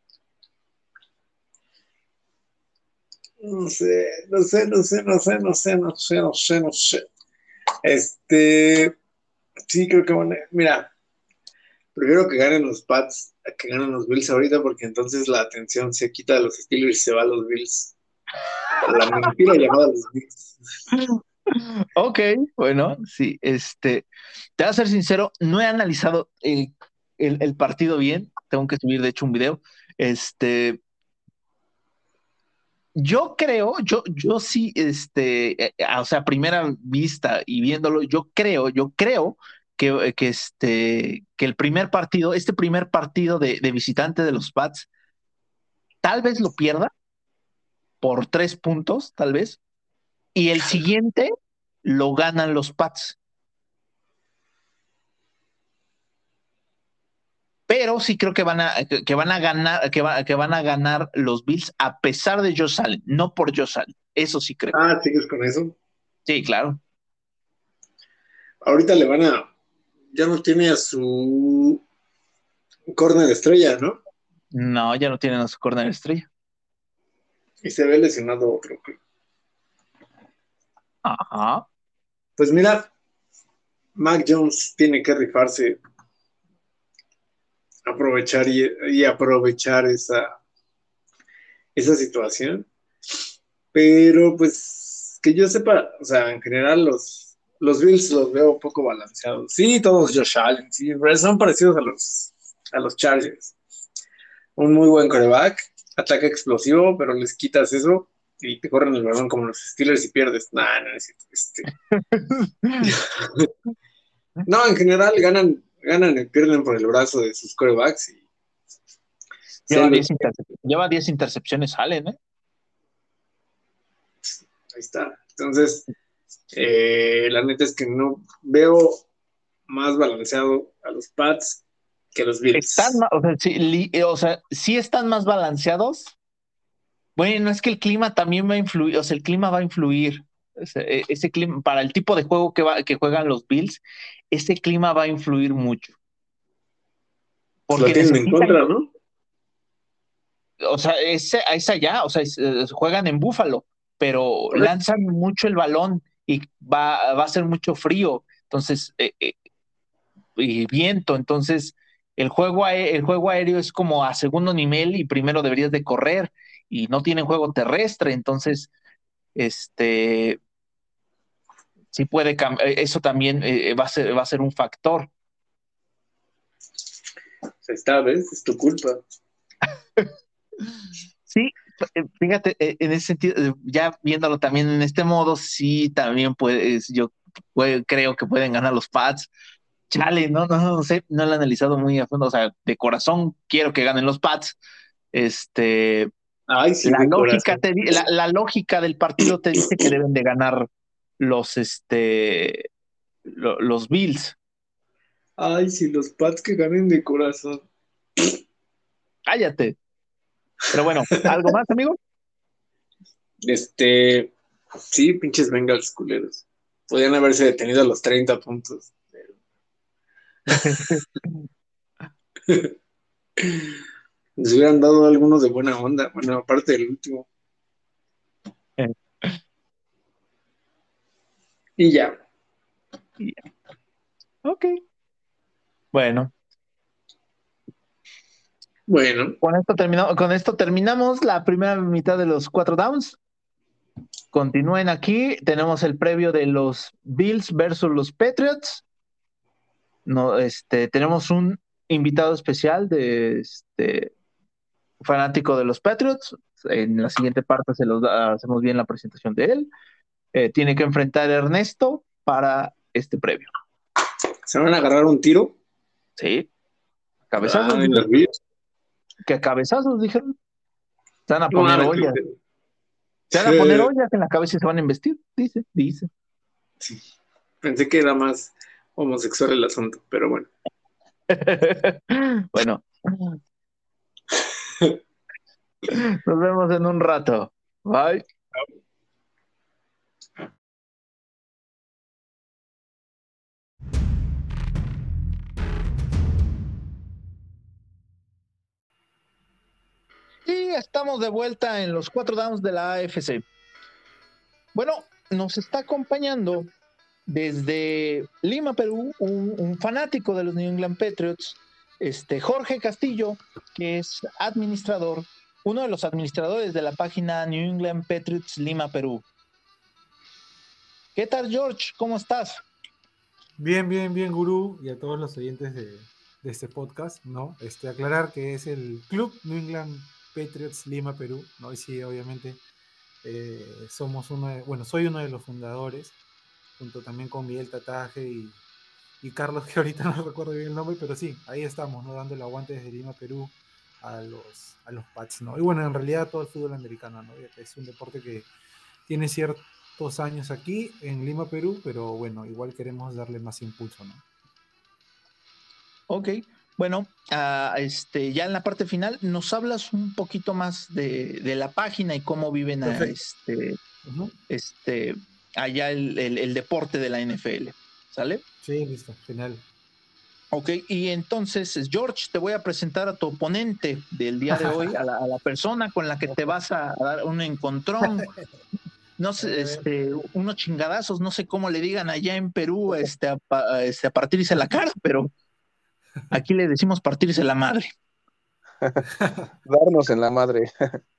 No sé, no sé, no sé, no sé, no sé, no sé, no sé, no sé. Sí, creo que van a. Mira, prefiero que ganen los Pats a que ganen los Bills ahorita, porque entonces la atención se quita de los Steelers y se va a los Bills. A la mentira llamada los Bills. ok, bueno, sí, te voy a ser sincero, no he analizado el partido bien, tengo que subir de hecho un video. Yo creo, yo sí, o sea, a primera vista y viéndolo, yo creo que el primer partido de visitante de los Pats, tal vez lo pierda por 3 puntos, tal vez, y el siguiente lo ganan los Pats. Pero sí creo que van a ganar los Bills a pesar de Josh Allen, no por Josh Allen. Eso sí creo. Ah, sigues con eso. Sí, claro. Ahorita le van a. Ya no tiene a su corner estrella, ¿no? No, ya no tienen a su corner estrella. Y se ve lesionado otro. Ajá. Pues mira, Mac Jones tiene que rifarse aprovechar y aprovechar esa situación. Pero pues que yo sepa, o sea, en general los Bills los veo poco balanceados. Sí, todos Josh Allen, sí, pero son parecidos a los Chargers. Un muy buen coreback, ataque explosivo, pero les quitas eso y te corren el balón como los Steelers y pierdes. Nah, no necesito. No, en general ganan y pierden por el brazo de sus corebacks y Lleva 10 intercepciones, Allen, ¿eh? ahí está. Entonces, la neta es que no veo más balanceado a los Pats que a los Bills. O sea, sí están más balanceados. Bueno, es que el clima también va a influir, o sea, el clima va a influir. Ese clima, para el tipo de juego que juegan los Bills, ese clima va a influir mucho. Pues lo Porque tienen en necesitan, contra, ¿no? o sea, es allá, o sea, juegan en Búfalo, pero Correcto. lanzan mucho el balón y va a ser mucho frío. Entonces, y viento. Entonces, el juego aéreo es como a segundo nivel y primero deberías de correr y no tienen juego terrestre. Entonces, este, sí puede cambiar. Eso también va a ser un factor. Esta vez es tu culpa. Sí, fíjate, en ese sentido, ya viéndolo también en este modo, sí, también creo que pueden ganar los Pats. Chale, no sé, no lo he analizado muy a fondo, o sea, de corazón quiero que ganen los Pats. Este, Ay, sí, la de lógica corazón. la lógica del partido te dice que deben de ganar los, los Bills. Ay, sí, los Pats que ganen de corazón. Cállate. Pero bueno, ¿algo más, amigo? Sí, pinches Bengals culeros. Podrían haberse detenido a los 30 puntos. Les hubieran dado algunos de buena onda. Bueno, aparte del último. Y ya. Ok. Bueno, Bueno, con esto terminamos la primera mitad de los cuatro downs. Continúen aquí. Tenemos el previo de los Bills versus los Patriots. No, tenemos un invitado especial de fanático de los Patriots. En la siguiente parte hacemos bien la presentación de él. Tiene que enfrentar a Ernesto para este previo. se van a agarrar un tiro. Sí, cabezazos, Ay, dijeron. los vi. ¿Qué cabezazos dijeron? Se van a No poner mames. ollas. Se van a poner ollas en la cabeza y se van a investir, dice. Sí. Pensé que era más homosexual el asunto, pero bueno. Bueno, nos vemos en un rato. Bye. Y estamos de vuelta en los cuatro downs de la AFC. Bueno, nos está acompañando desde Lima, Perú, un fanático de los New England Patriots, Jorge Castillo, que es administrador, uno de los administradores de la página New England Patriots Lima, Perú. ¿Qué tal, George? ¿Cómo estás? Bien, bien, bien, gurú, y a todos los oyentes de este podcast, ¿no? Aclarar que es el Club New England Patriots Lima, Perú, ¿no? Y sí, obviamente, soy uno de los fundadores, junto también con Miguel Tataje y Carlos, que ahorita no recuerdo bien el nombre, pero sí, ahí estamos, ¿no? Dando el aguante desde Lima, Perú, a los Pats, ¿no? Y bueno, en realidad todo el fútbol americano, ¿no? Ya que es un deporte que tiene ciertos años aquí en Lima, Perú, pero bueno, igual queremos darle más impulso, ¿no? Ok, bueno, ya en la parte final, ¿nos hablas un poquito más de la página y cómo viven Uh-huh. allá el deporte de la NFL? ¿Sale? Sí, listo, genial. Ok, y entonces, George, te voy a presentar a tu oponente del día de hoy, a la persona con la que te vas a dar un encontrón, no sé, unos chingadazos, no sé cómo le digan allá en Perú, a partirse la cara, pero Aquí le decimos partirse la madre. Darnos en la madre.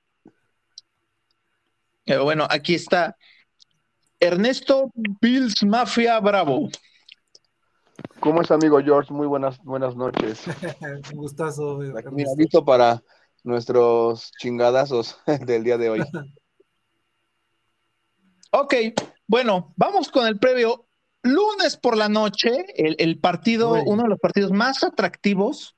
Bueno, aquí está Ernesto Bills Mafia Bravo. ¿Cómo es, amigo George? Muy buenas noches. Un gustazo. Aquí, mira, listo para nuestros chingadazos del día de hoy. Ok, bueno, vamos con el previo. Lunes por la noche, el partido, uno de los partidos más atractivos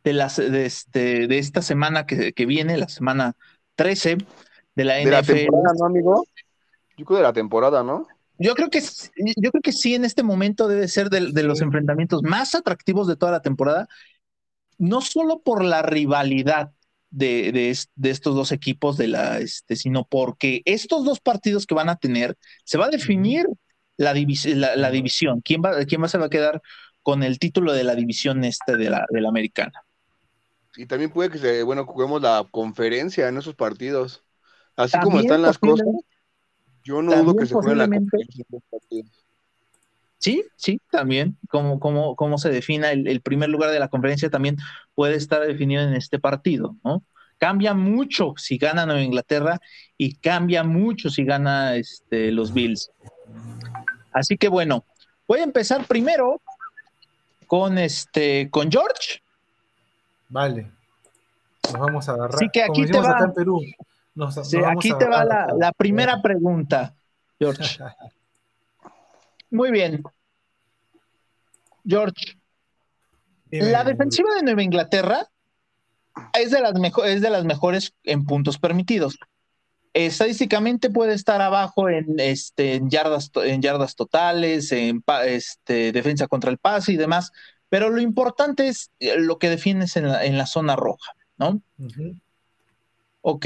de esta semana que viene, la semana 13 de la De la NFL. temporada, ¿no, amigo? Yo creo de la temporada, ¿no? Yo creo que sí, en este momento debe ser de los enfrentamientos más atractivos de toda la temporada, no solo por la rivalidad de estos dos equipos, sino porque estos dos partidos que van a tener, se va a definir la división. ¿Quién se va a quedar con el título de la división de la americana? Y también puede que juguemos la conferencia en esos partidos. Así También como están las cosas, yo no dudo que se juegue la posiblemente. conferencia en los partidos. Sí, también, como se defina el primer lugar de la conferencia también puede estar definido en este partido, ¿no? Cambia mucho si gana Nueva Inglaterra y cambia mucho si gana los Bills. Así que bueno, voy a empezar primero con George. Vale. Nos vamos a agarrar. Así que aquí como te va. acá en Perú. Aquí te va la primera pregunta, George. Muy bien. George, la defensiva de Nueva Inglaterra es de las mejores en puntos permitidos. Estadísticamente puede estar abajo en yardas totales, en defensa contra el pase y demás, pero lo importante es lo que defiendes en la zona roja, ¿no? Ok.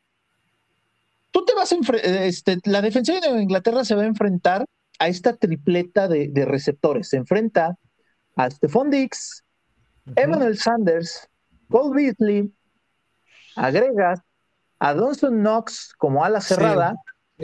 Tú te vas a la defensiva de Nueva Inglaterra se va a enfrentar a esta tripleta de receptores. Se enfrenta a Stephon Diggs, Emmanuel Sanders, Cole Beasley, agregas a Dawson Knox como ala cerrada,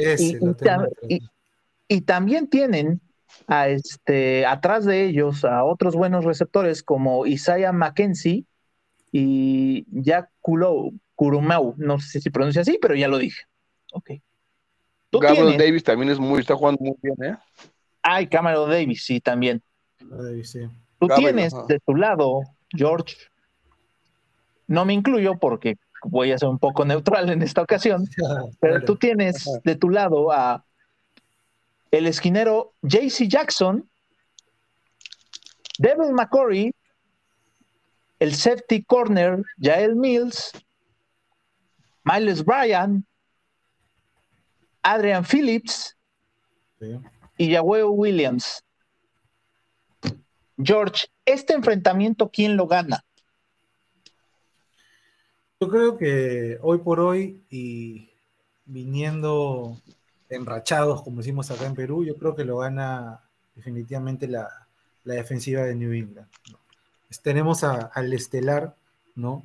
y también tienen atrás de ellos a otros buenos receptores como Isaiah McKenzie y Jack Kurumau, no sé si pronuncia así, pero ya lo dije. Ok. Gabriel Davis también está jugando muy bien, ¿eh? Ay, Cameron Davis, sí, también. Sí. Tú tienes de tu lado, George, no me incluyo porque voy a ser un poco neutral en esta ocasión, pero tú tienes de tu lado a el esquinero JC Jackson, Devin McCourty, el safety corner Jael Mills, Miles Bryant, Adrian Phillips y Yahweh Williams. George, ¿este enfrentamiento quién lo gana? Yo creo que hoy por hoy y viniendo enrachados, como decimos acá en Perú, yo creo que lo gana definitivamente la defensiva de New England, ¿no? Tenemos al estelar, ¿no?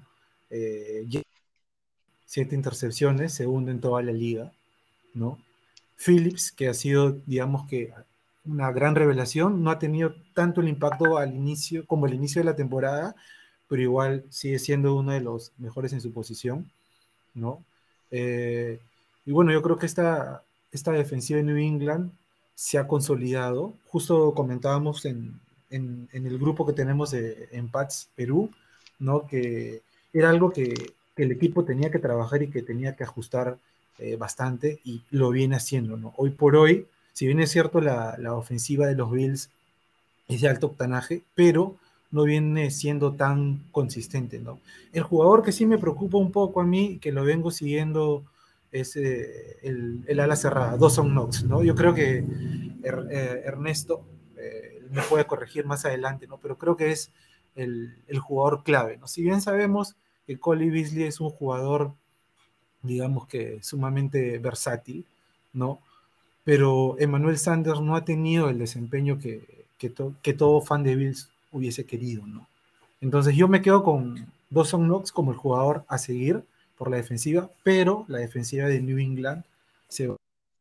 7 intercepciones, segundo en toda la liga, ¿no? Phillips, que ha sido, digamos que, una gran revelación, no ha tenido tanto el impacto al inicio como al inicio de la temporada, pero igual sigue siendo uno de los mejores en su posición, ¿no? Y bueno, yo creo que esta defensiva de New England se ha consolidado. Justo comentábamos en el grupo que tenemos en Pats Perú, ¿no? Que era algo que el equipo tenía que trabajar y que tenía que ajustar bastante, y lo viene haciendo, ¿no? Hoy por hoy, si bien es cierto la ofensiva de los Bills es de alto octanaje, pero no viene siendo tan consistente, ¿no? El jugador que sí me preocupa un poco a mí, que lo vengo siguiendo, es el ala cerrada, Dawson Knox, ¿no? Yo creo que Ernesto me puede corregir más adelante, ¿no? Pero creo que es el jugador clave, ¿no? Si bien sabemos que Cole Beasley es un jugador, digamos que sumamente versátil, ¿no? Pero Emmanuel Sanders no ha tenido el desempeño que todo fan de Bills hubiese querido, ¿no? Entonces yo me quedo con Dawson Knox como el jugador a seguir por la defensiva, pero la defensiva de New England se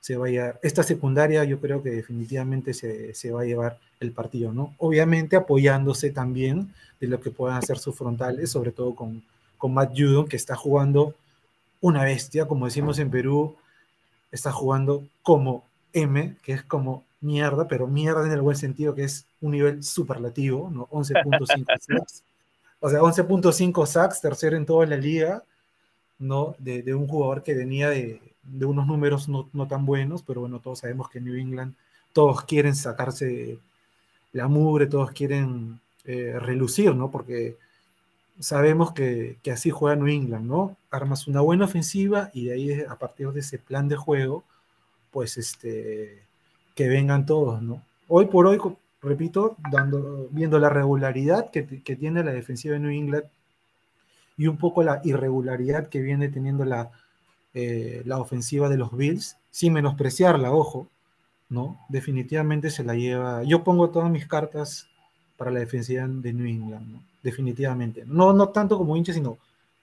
se va a llevar. Esta secundaria yo creo que definitivamente se va a llevar el partido, ¿no? Obviamente apoyándose también de lo que puedan hacer sus frontales, sobre todo con Matt Judon, que está jugando una bestia, como decimos en Perú, está jugando como M, que es como mierda, pero mierda en el buen sentido, que es un nivel superlativo, ¿no? 11.5 sacks. O sea, 11.5 sacks, tercero en toda la liga, ¿no? De un jugador que venía de unos números no tan buenos, pero bueno, todos sabemos que en New England todos quieren sacarse la mugre, todos quieren relucir, ¿no? Porque sabemos que así juega New England, ¿no? Armas una buena ofensiva y de ahí, a partir de ese plan de juego, pues que vengan todos, ¿no? Hoy por hoy, repito, viendo la regularidad que tiene la defensiva de New England y un poco la irregularidad que viene teniendo la ofensiva de los Bills, sin menospreciarla, ojo, ¿no? Definitivamente se la lleva. Yo pongo todas mis cartas para la defensiva de New England, ¿no? Definitivamente. No tanto como hincha, sino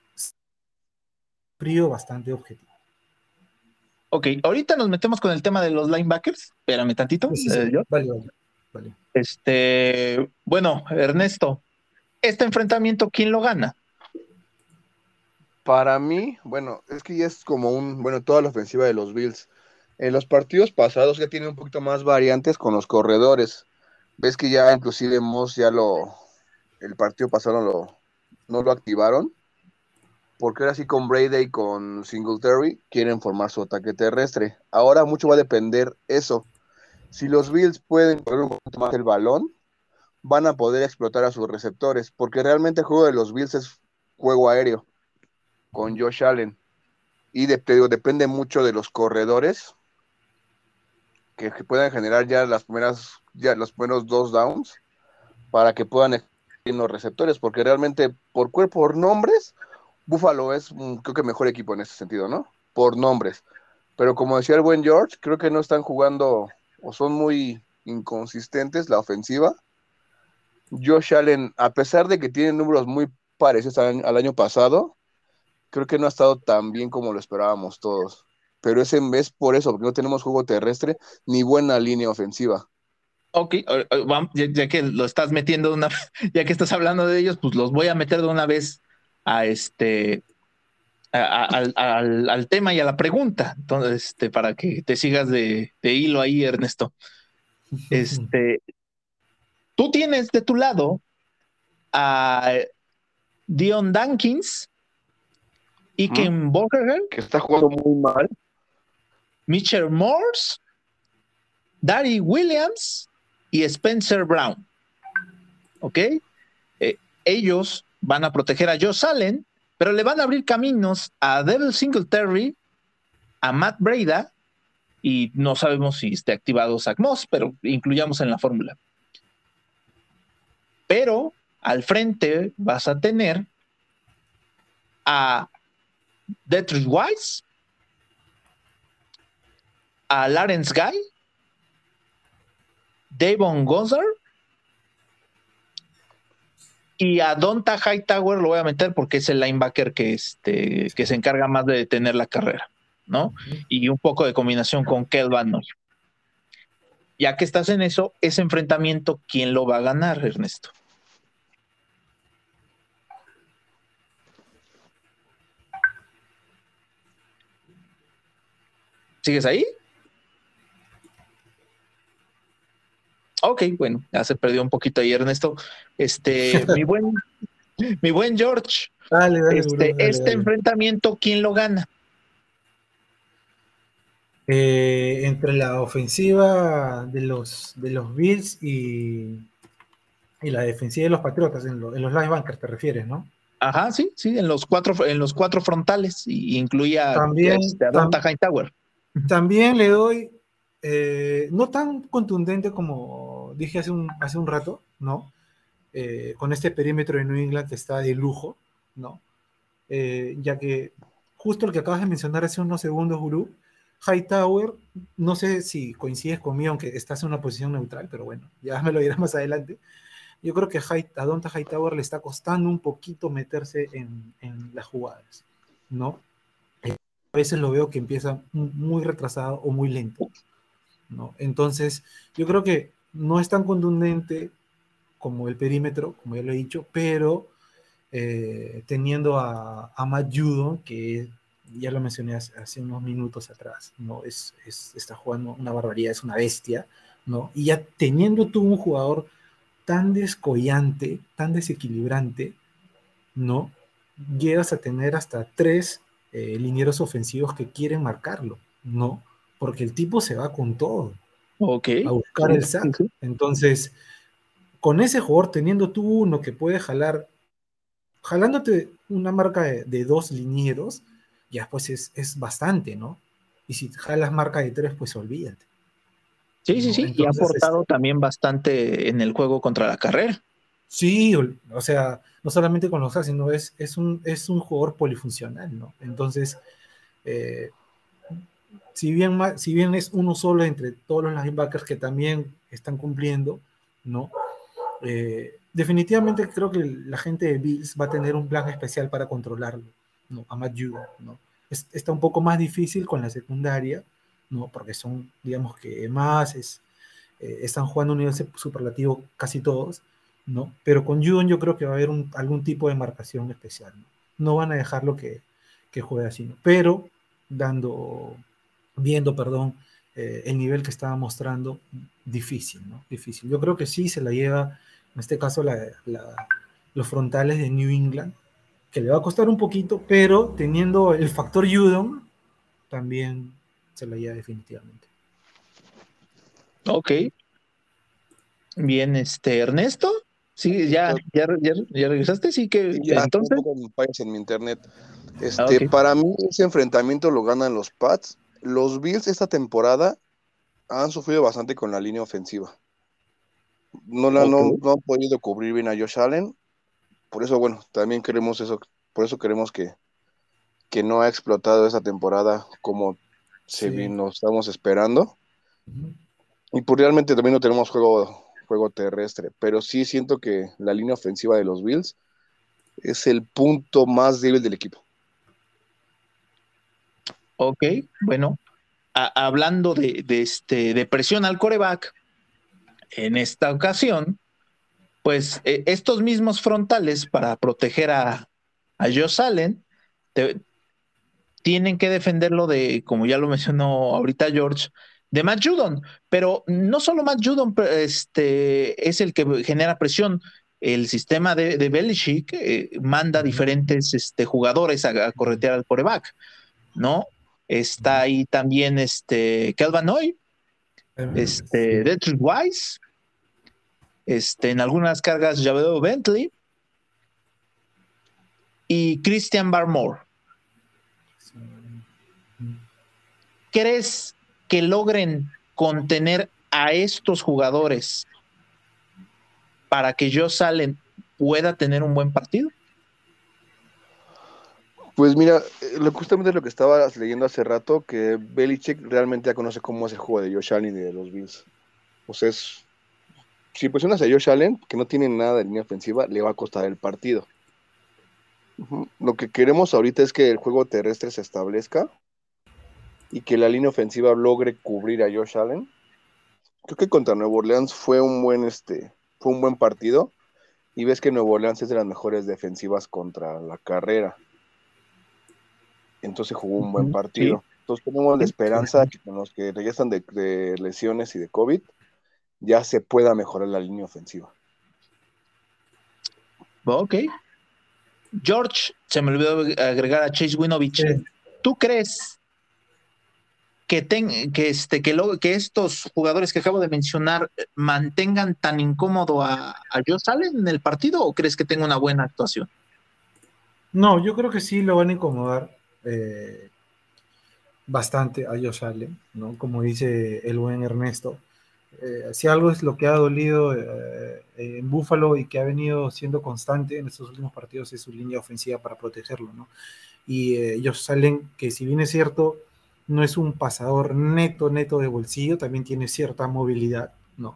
frío, bastante objetivo. Ok, ahorita nos metemos con el tema de los linebackers. Espérame tantito. Sí. Vale. Bueno, Ernesto, este enfrentamiento, ¿quién lo gana? Para mí, bueno, es que ya es como toda la ofensiva de los Bills. En los partidos pasados ya tiene un poquito más variantes con los corredores. Ves que ya inclusive Moss el partido pasado no lo activaron, porque ahora sí con Brady y con Singletary quieren formar su ataque terrestre. Ahora mucho va a depender eso. Si los Bills pueden correr un poquito más el balón, van a poder explotar a sus receptores, porque realmente el juego de los Bills es juego aéreo con Josh Allen. Y depende mucho de los corredores que puedan generar ya los primeros 2 downs para que puedan en los receptores, porque realmente por nombres, Buffalo es creo que mejor equipo en ese sentido, ¿no? Por nombres. Pero como decía el buen George, creo que no están jugando o son muy inconsistentes la ofensiva. Josh Allen, a pesar de que tiene números muy parecidos al año pasado, creo que no ha estado tan bien como lo esperábamos todos. Pero ese es por eso, porque no tenemos juego terrestre ni buena línea ofensiva. Ok, ya que lo estás metiendo ya que estás hablando de ellos, pues los voy a meter de una vez a al tema y a la pregunta. Entonces, para que te sigas de hilo ahí, Ernesto. Tú tienes de tu lado a Dion Dawkins, Ikem Bogerger, que está jugando muy mal, Mitchell Morse, Dari Williams y Spencer Brown. ¿Ok? Ellos van a proteger a Josh Allen, pero le van a abrir caminos a Devin Singletary, a Matt Breida, y no sabemos si esté activado Zach Moss, pero incluyamos en la fórmula. Pero al frente vas a tener a Deatrich Wise, a Lawrence Guy, Davon Gonzar y a Donta Hightower lo voy a meter porque es el linebacker que se encarga más de detener la carrera, ¿no? Y un poco de combinación con Kel Van Noy. Ya que estás en eso, ese enfrentamiento, ¿quién lo va a ganar, Ernesto? ¿Sigues ahí? Ok, bueno, ya se perdió un poquito ahí, Ernesto. mi buen George, Dale, dale. enfrentamiento, ¿quién lo gana? Entre la ofensiva de los Bills y la defensiva de los Patriotas, en los linebackers te refieres, ¿no? Ajá, sí, en los cuatro frontales, y incluía a Donta Hightower. También le doy, no tan contundente como dije hace un rato, ¿no? Con este perímetro de New England que está de lujo, ¿no? Ya que justo el que acabas de mencionar hace unos segundos, Gurú, Hightower, no sé si coincides conmigo, aunque estás en una posición neutral, pero bueno, ya me lo dirás más adelante. Yo creo que a Donta Hightower le está costando un poquito meterse en las jugadas, ¿no? a veces lo veo que empieza muy retrasado o muy lento, ¿no? Entonces, yo creo que no es tan contundente como el perímetro, como ya lo he dicho, pero teniendo a Matt Judon, que ya lo mencioné hace unos minutos atrás, ¿no? Está jugando una barbaridad, es una bestia, ¿no? Y ya teniendo tú un jugador tan descollante, tan desequilibrante, ¿no? Llegas a tener hasta tres linieros ofensivos que quieren marcarlo, ¿no? Porque el tipo se va con todo Ok, a buscar sí, el sí, sack. sí. Entonces, con ese jugador, teniendo tú uno que puede jalándote una marca de dos linieros, ya pues es bastante, ¿no? Y si jalas marca de tres, pues olvídate, Sí, sí, ¿no? sí, y ha Entonces, aportado también bastante en el juego contra la carrera. sí, o sea, no solamente con los hacks, sino es un jugador polifuncional, ¿no? Entonces, eh, si bien es uno solo entre todos los linebackers que también están cumpliendo, ¿no? Definitivamente creo que la gente de Bills va a tener un plan especial para controlarlo, ¿no? A Matt Judon, ¿no? Está un poco más difícil con la secundaria, ¿no? Porque son, digamos que están jugando a un nivel superlativo casi todos, ¿no? Pero con Judon yo creo que va a haber algún tipo de marcación especial, ¿no? No van a dejarlo que juegue así, ¿no? Pero viendo, perdón, el nivel que estaba mostrando, difícil, ¿no? Difícil. Yo creo que sí se la lleva, en este caso, los frontales de New England, que le va a costar un poquito, pero teniendo el factor Judon, también se la lleva definitivamente. Ok, bien, Ernesto. Sí, ya regresaste, sí que Sí, ya, tengo un entonces. poco de fallas en mi internet. Ok, Para mí, ese enfrentamiento lo ganan los Pats. Los Bills esta temporada han sufrido bastante con la línea ofensiva. ok, No han podido cubrir bien a Josh Allen. Por eso, bueno, también queremos eso. Por eso queremos que no ha explotado esa temporada como Sí. nos estamos esperando. Ujú. Y pues realmente también no tenemos juego terrestre. Pero sí siento que la línea ofensiva de los Bills es el punto más débil del equipo. ok. Bueno, hablando de presión al coreback, en esta ocasión, pues estos mismos frontales para proteger a Josh Allen te- tienen que defenderlo de, como ya lo mencionó ahorita George, de Matt Judon, pero no solo Matt Judon es el que genera presión. El sistema de Belichick manda Ujú. diferentes jugadores a corretear al coreback, ¿no? Está Ujú. ahí también Calvin Hoy, Sí. Detroit Wise, en algunas cargas Javeo Bentley y Christian Barmore. Sí. Ujú. ¿Crees que logren contener a estos jugadores para que Josh Allen pueda tener un buen partido? Pues mira, justamente lo que estabas leyendo hace rato, que Belichick realmente ya conoce cómo es el juego de Josh Allen y de los Bills. O sea, si presionas a Josh Allen, que no tiene nada de línea ofensiva, le va a costar el partido. Ujú. Lo que queremos ahorita es que el juego terrestre se establezca y que la línea ofensiva logre cubrir a Josh Allen. Creo que contra Nuevo Orleans fue un buen partido y ves que Nuevo Orleans es de las mejores defensivas contra la carrera. Entonces jugó un buen Sí, partido. Entonces tenemos la sí. esperanza que con los que regresan de lesiones y de COVID ya se pueda mejorar la línea ofensiva. Ok. George, se me olvidó agregar a Chase Winovich. Sí. ¿Tú crees que estos jugadores que acabo de mencionar mantengan tan incómodo a Josh Allen en el partido o crees que tenga una buena actuación? No, yo creo que sí lo van a incomodar bastante a Josh Allen, ¿no? Como dice el buen Ernesto. Si algo es lo que ha dolido en Buffalo y que ha venido siendo constante en estos últimos partidos es su línea ofensiva para protegerlo, ¿no? Y Josh Allen, que si bien es cierto, no es un pasador neto de bolsillo, también tiene cierta movilidad, ¿no?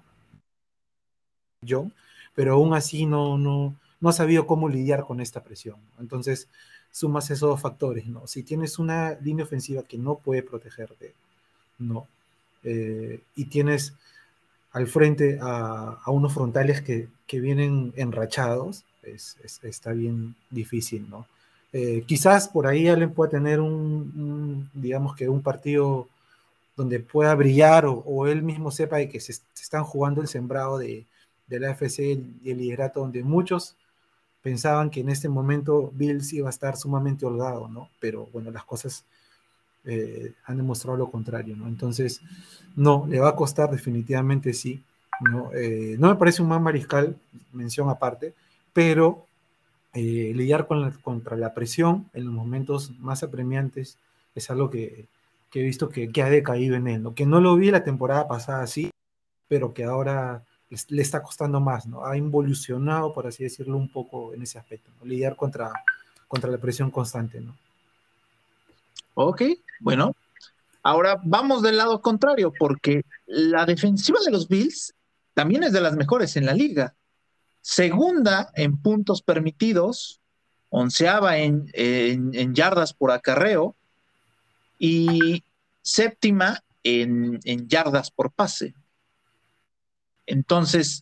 Pero aún así no ha sabido cómo lidiar con esta presión. Entonces, sumas esos dos factores, ¿no? Si tienes una línea ofensiva que no puede protegerte, ¿no? Y tienes al frente a unos frontales que vienen enrachados, está bien difícil, ¿no? Quizás por ahí Allen pueda tener digamos que un partido donde pueda brillar o él mismo sepa de que se están jugando el sembrado de la AFC y el liderato, donde muchos pensaban que en este momento Bills iba a estar sumamente holgado, ¿no? Pero bueno, las cosas han demostrado lo contrario, ¿no? Entonces, no, le va a costar definitivamente sí, ¿no? No me parece un mal mariscal, mención aparte, pero lidiar contra la presión en los momentos más apremiantes es algo que he visto que ha decaído en él, ¿no? Que no lo vi la temporada pasada así, pero que ahora le está costando más, ¿no? Ha involucionado, por así decirlo, un poco en ese aspecto, ¿no? Lidiar contra la presión constante, ¿no? Ok, bueno. Ahora vamos del lado contrario, porque la defensiva de los Bills también es de las mejores en la liga. Segunda en puntos permitidos, onceava en yardas por acarreo y séptima en yardas por pase. Entonces,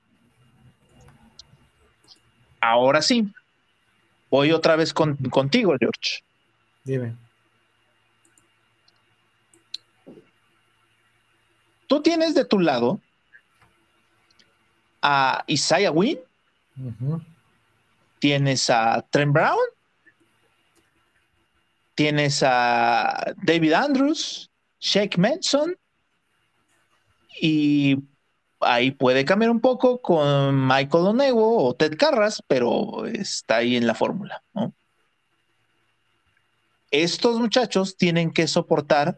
ahora sí, voy otra vez contigo, George. Dime. Tú tienes de tu lado a Isaiah Wynn, tienes a Trent Brown, tienes a David Andrews, Shake Manson, y ahí puede cambiar un poco con Michael Onewo o Ted Carras, pero está ahí en la fórmula, ¿no? Estos muchachos tienen que soportar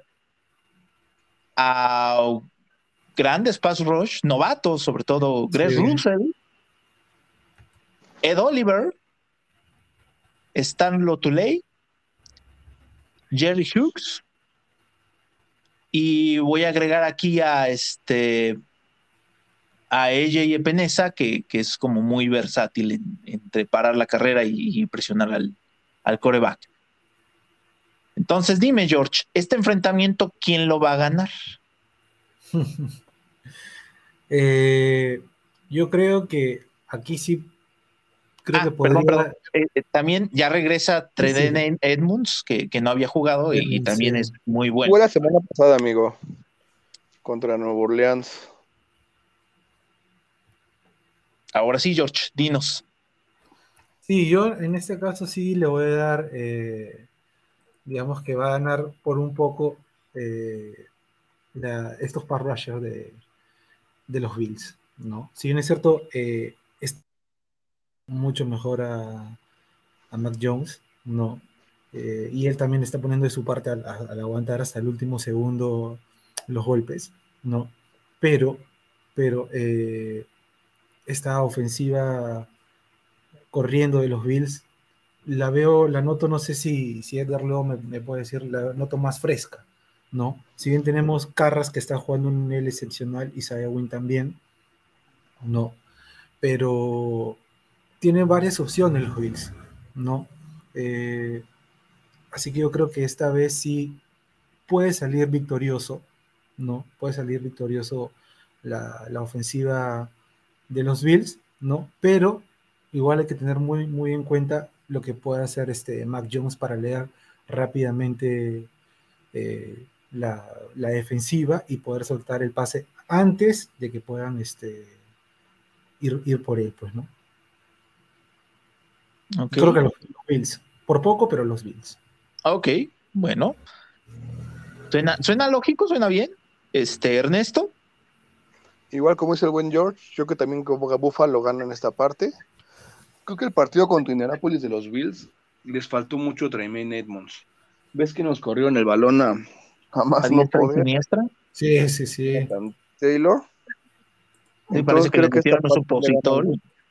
a grandes pass rush, novatos, sobre todo Greg Russell, Ed Oliver, Stan Lotulei, Jerry Hughes, y voy a agregar aquí a AJ Epenesa, que es como muy versátil entre parar la carrera y presionar al quarterback. Entonces dime, George, este enfrentamiento, ¿quién lo va a ganar? Yo creo que aquí sí creo que podría... Perdón. También ya regresa Treden Edmunds, que no había jugado y también es muy bueno. Fue la semana pasada, amigo, contra Nueva Orleans. Ahora sí, George, dinos. Sí, yo en este caso sí le voy a dar, digamos que va a ganar por un poco estos pass rushers de los Bills, ¿no? Si bien es cierto, es mucho mejor a Mac Jones, ¿no? Y él también está poniendo de su parte al aguantar hasta el último segundo los golpes, ¿no? Pero esta ofensiva corriendo de los Bills, la noto, no sé si Edgar luego me puede decir, la noto más fresca, ¿no? Si bien tenemos Carras que está jugando un nivel excepcional, Isaiah Wynn también, ¿no? Pero tiene varias opciones los Bills, ¿no? Así que yo creo que esta vez sí puede salir victorioso, ¿no? Puede salir victorioso la ofensiva de los Bills, ¿no? Pero igual hay que tener muy, muy en cuenta lo que puede hacer Mac Jones para leer rápidamente la defensiva y poder soltar el pase antes de que puedan ir por él, pues, ¿no? Okay. Creo que los Bills, por poco, pero los Bills. Ok, bueno. Suena lógico, suena bien. Ernesto. Igual como dice el buen George, yo que también como Buffalo gana en esta parte. Creo que el partido contra Indianapolis de los Bills les faltó mucho Tremaine Edmonds. ¿Ves que nos corrieron el balón a más no poder? Siniestra? Sí. Taylor. Sí, parece que le metieron un supositorio.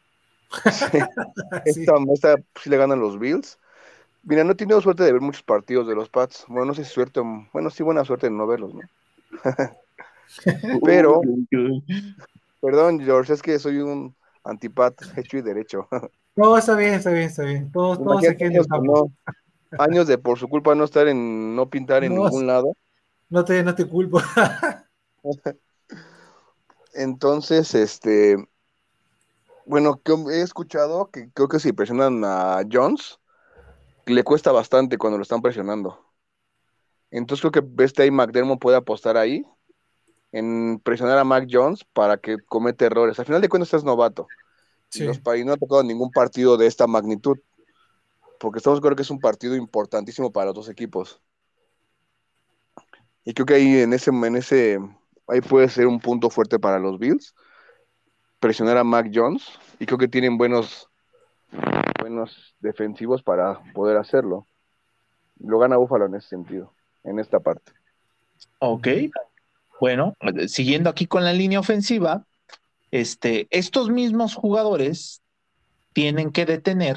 Esta sí le ganan los Bills. Mira, no he tenido suerte de ver muchos partidos de los Pats. Bueno, no sé si suerte, bueno, sí, buena suerte de no verlos, ¿no? Pero, perdón, George, es que soy un Antipat, hecho y derecho. No, está bien, está bien, está bien. Todos Imagínate aquí en el años de campo. años de por su culpa no pintar en No, ningún lado. no te culpo. Entonces, bueno, que he escuchado que creo que si presionan a Jones, le cuesta bastante cuando lo están presionando. Entonces creo que McDermott puede apostar ahí en presionar a Mac Jones para que cometa errores. Al final de cuentas es novato Sí, y no ha tocado ningún partido de esta magnitud, porque estamos creo que es un partido importantísimo para los dos equipos. Y creo que ahí ahí puede ser un punto fuerte para los Bills, presionar a Mac Jones, y creo que tienen buenos defensivos para poder hacerlo. Lo gana Buffalo en ese sentido, en esta parte. Ok, bueno, siguiendo aquí con la línea ofensiva, estos mismos jugadores tienen que detener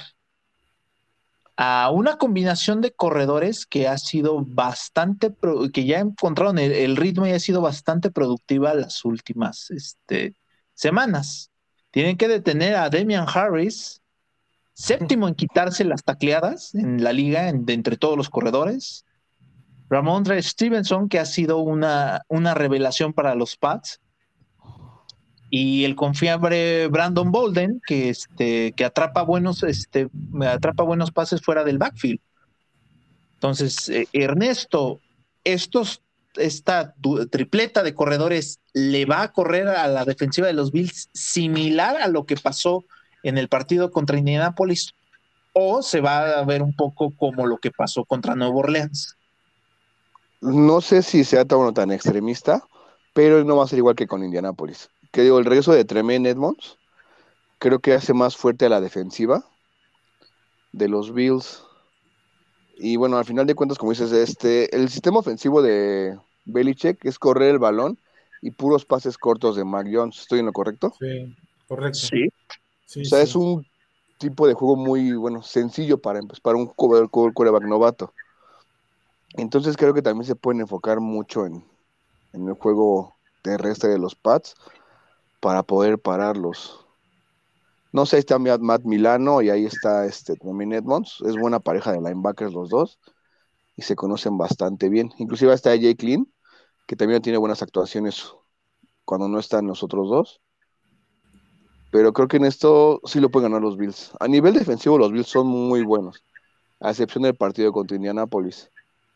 a una combinación de corredores que ha sido que ya encontraron el ritmo y ha sido bastante productiva las últimas semanas. Tienen que detener a Damian Harris, séptimo en quitarse las tacleadas en la liga de entre todos los corredores. Ramondre Stevenson, que ha sido una revelación para los Pats, y el confiable Brandon Bolden, que atrapa buenos pases fuera del backfield. Entonces, Ernesto, esta tripleta de corredores le va a correr a la defensiva de los Bills similar a lo que pasó en el partido contra Indianapolis, o se va a ver un poco como lo que pasó contra Nueva Orleans. No sé si sea tan extremista, pero no va a ser igual que con Indianapolis. Que digo, el regreso de Tremaine Edmonds creo que hace más fuerte a la defensiva de los Bills. Y bueno, al final de cuentas, como dices, el sistema ofensivo de Belichick es correr el balón y puros pases cortos de Mac Jones. ¿Estoy en lo correcto? sí, correcto. Sí. Sí, O sea, es sí. un tipo de juego muy, bueno, sencillo para un quarterback novato. Entonces creo que también se pueden enfocar mucho en el juego terrestre de los Pats para poder pararlos. No sé, ahí está Matt Milano y ahí está también Edmonds. Es buena pareja de linebackers los dos y se conocen bastante bien. Inclusive está Jay Clean, que también tiene buenas actuaciones cuando no están los otros dos. Pero creo que en esto sí lo pueden ganar los Bills. A nivel defensivo, los Bills son muy buenos, a excepción del partido contra Indianapolis.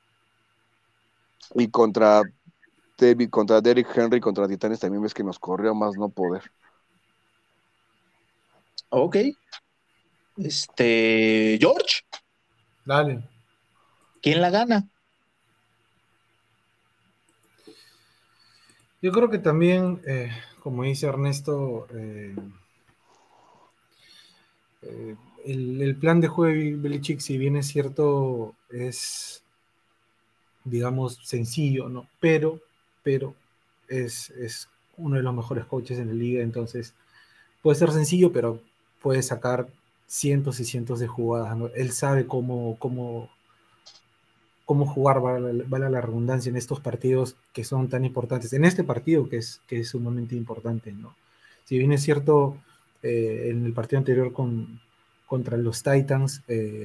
Y contra Derrick Henry, contra Titanes, también ves que nos corrió más no poder. Ok. George, Dale. ¿quién la gana? Yo creo que también, como dice Ernesto, el plan de juego de Belichick, si bien es cierto, es, digamos, sencillo, ¿no? Pero es uno de los mejores coaches en la liga, entonces puede ser sencillo, pero puede sacar cientos y cientos de jugadas, ¿no? Él sabe cómo jugar, vale la redundancia, en estos partidos que son tan importantes. En este partido que es sumamente importante, ¿no? Si bien es cierto, en el partido anterior contra los Titans,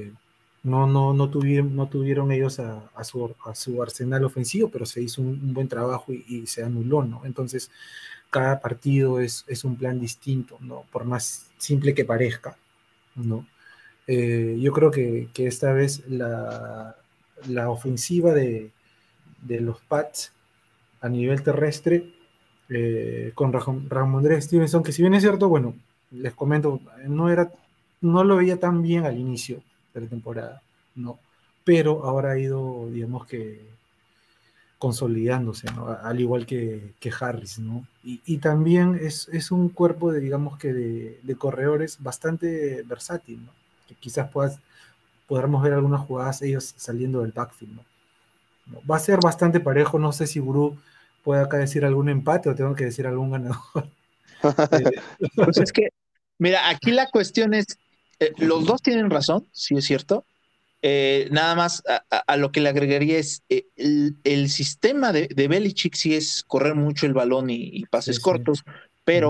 no tuvieron ellos a su arsenal ofensivo, pero se hizo un buen trabajo y se anuló, ¿no? Entonces, cada partido es un plan distinto, ¿no? Por más simple que parezca, ¿no? Yo creo que esta vez la ofensiva de los Pats a nivel terrestre con Ramondre Stevenson, que si bien es cierto, bueno, les comento, no lo veía tan bien al inicio de la temporada, ¿no? Pero ahora ha ido, digamos que consolidándose, ¿no? Al igual que Harris, ¿no? Y también es un cuerpo de, digamos que de corredores bastante versátil, ¿no? Que quizás podamos ver algunas jugadas ellos saliendo del backfield, ¿no? Va a ser bastante parejo, no sé si Guru puede acá decir algún empate o tengo que decir algún ganador. Pues es que, mira, aquí la cuestión es, los dos tienen razón, sí es cierto. Nada más a lo que le agregaría es el sistema de Belichick sí es correr mucho el balón y pases Sí, sí. cortos, pero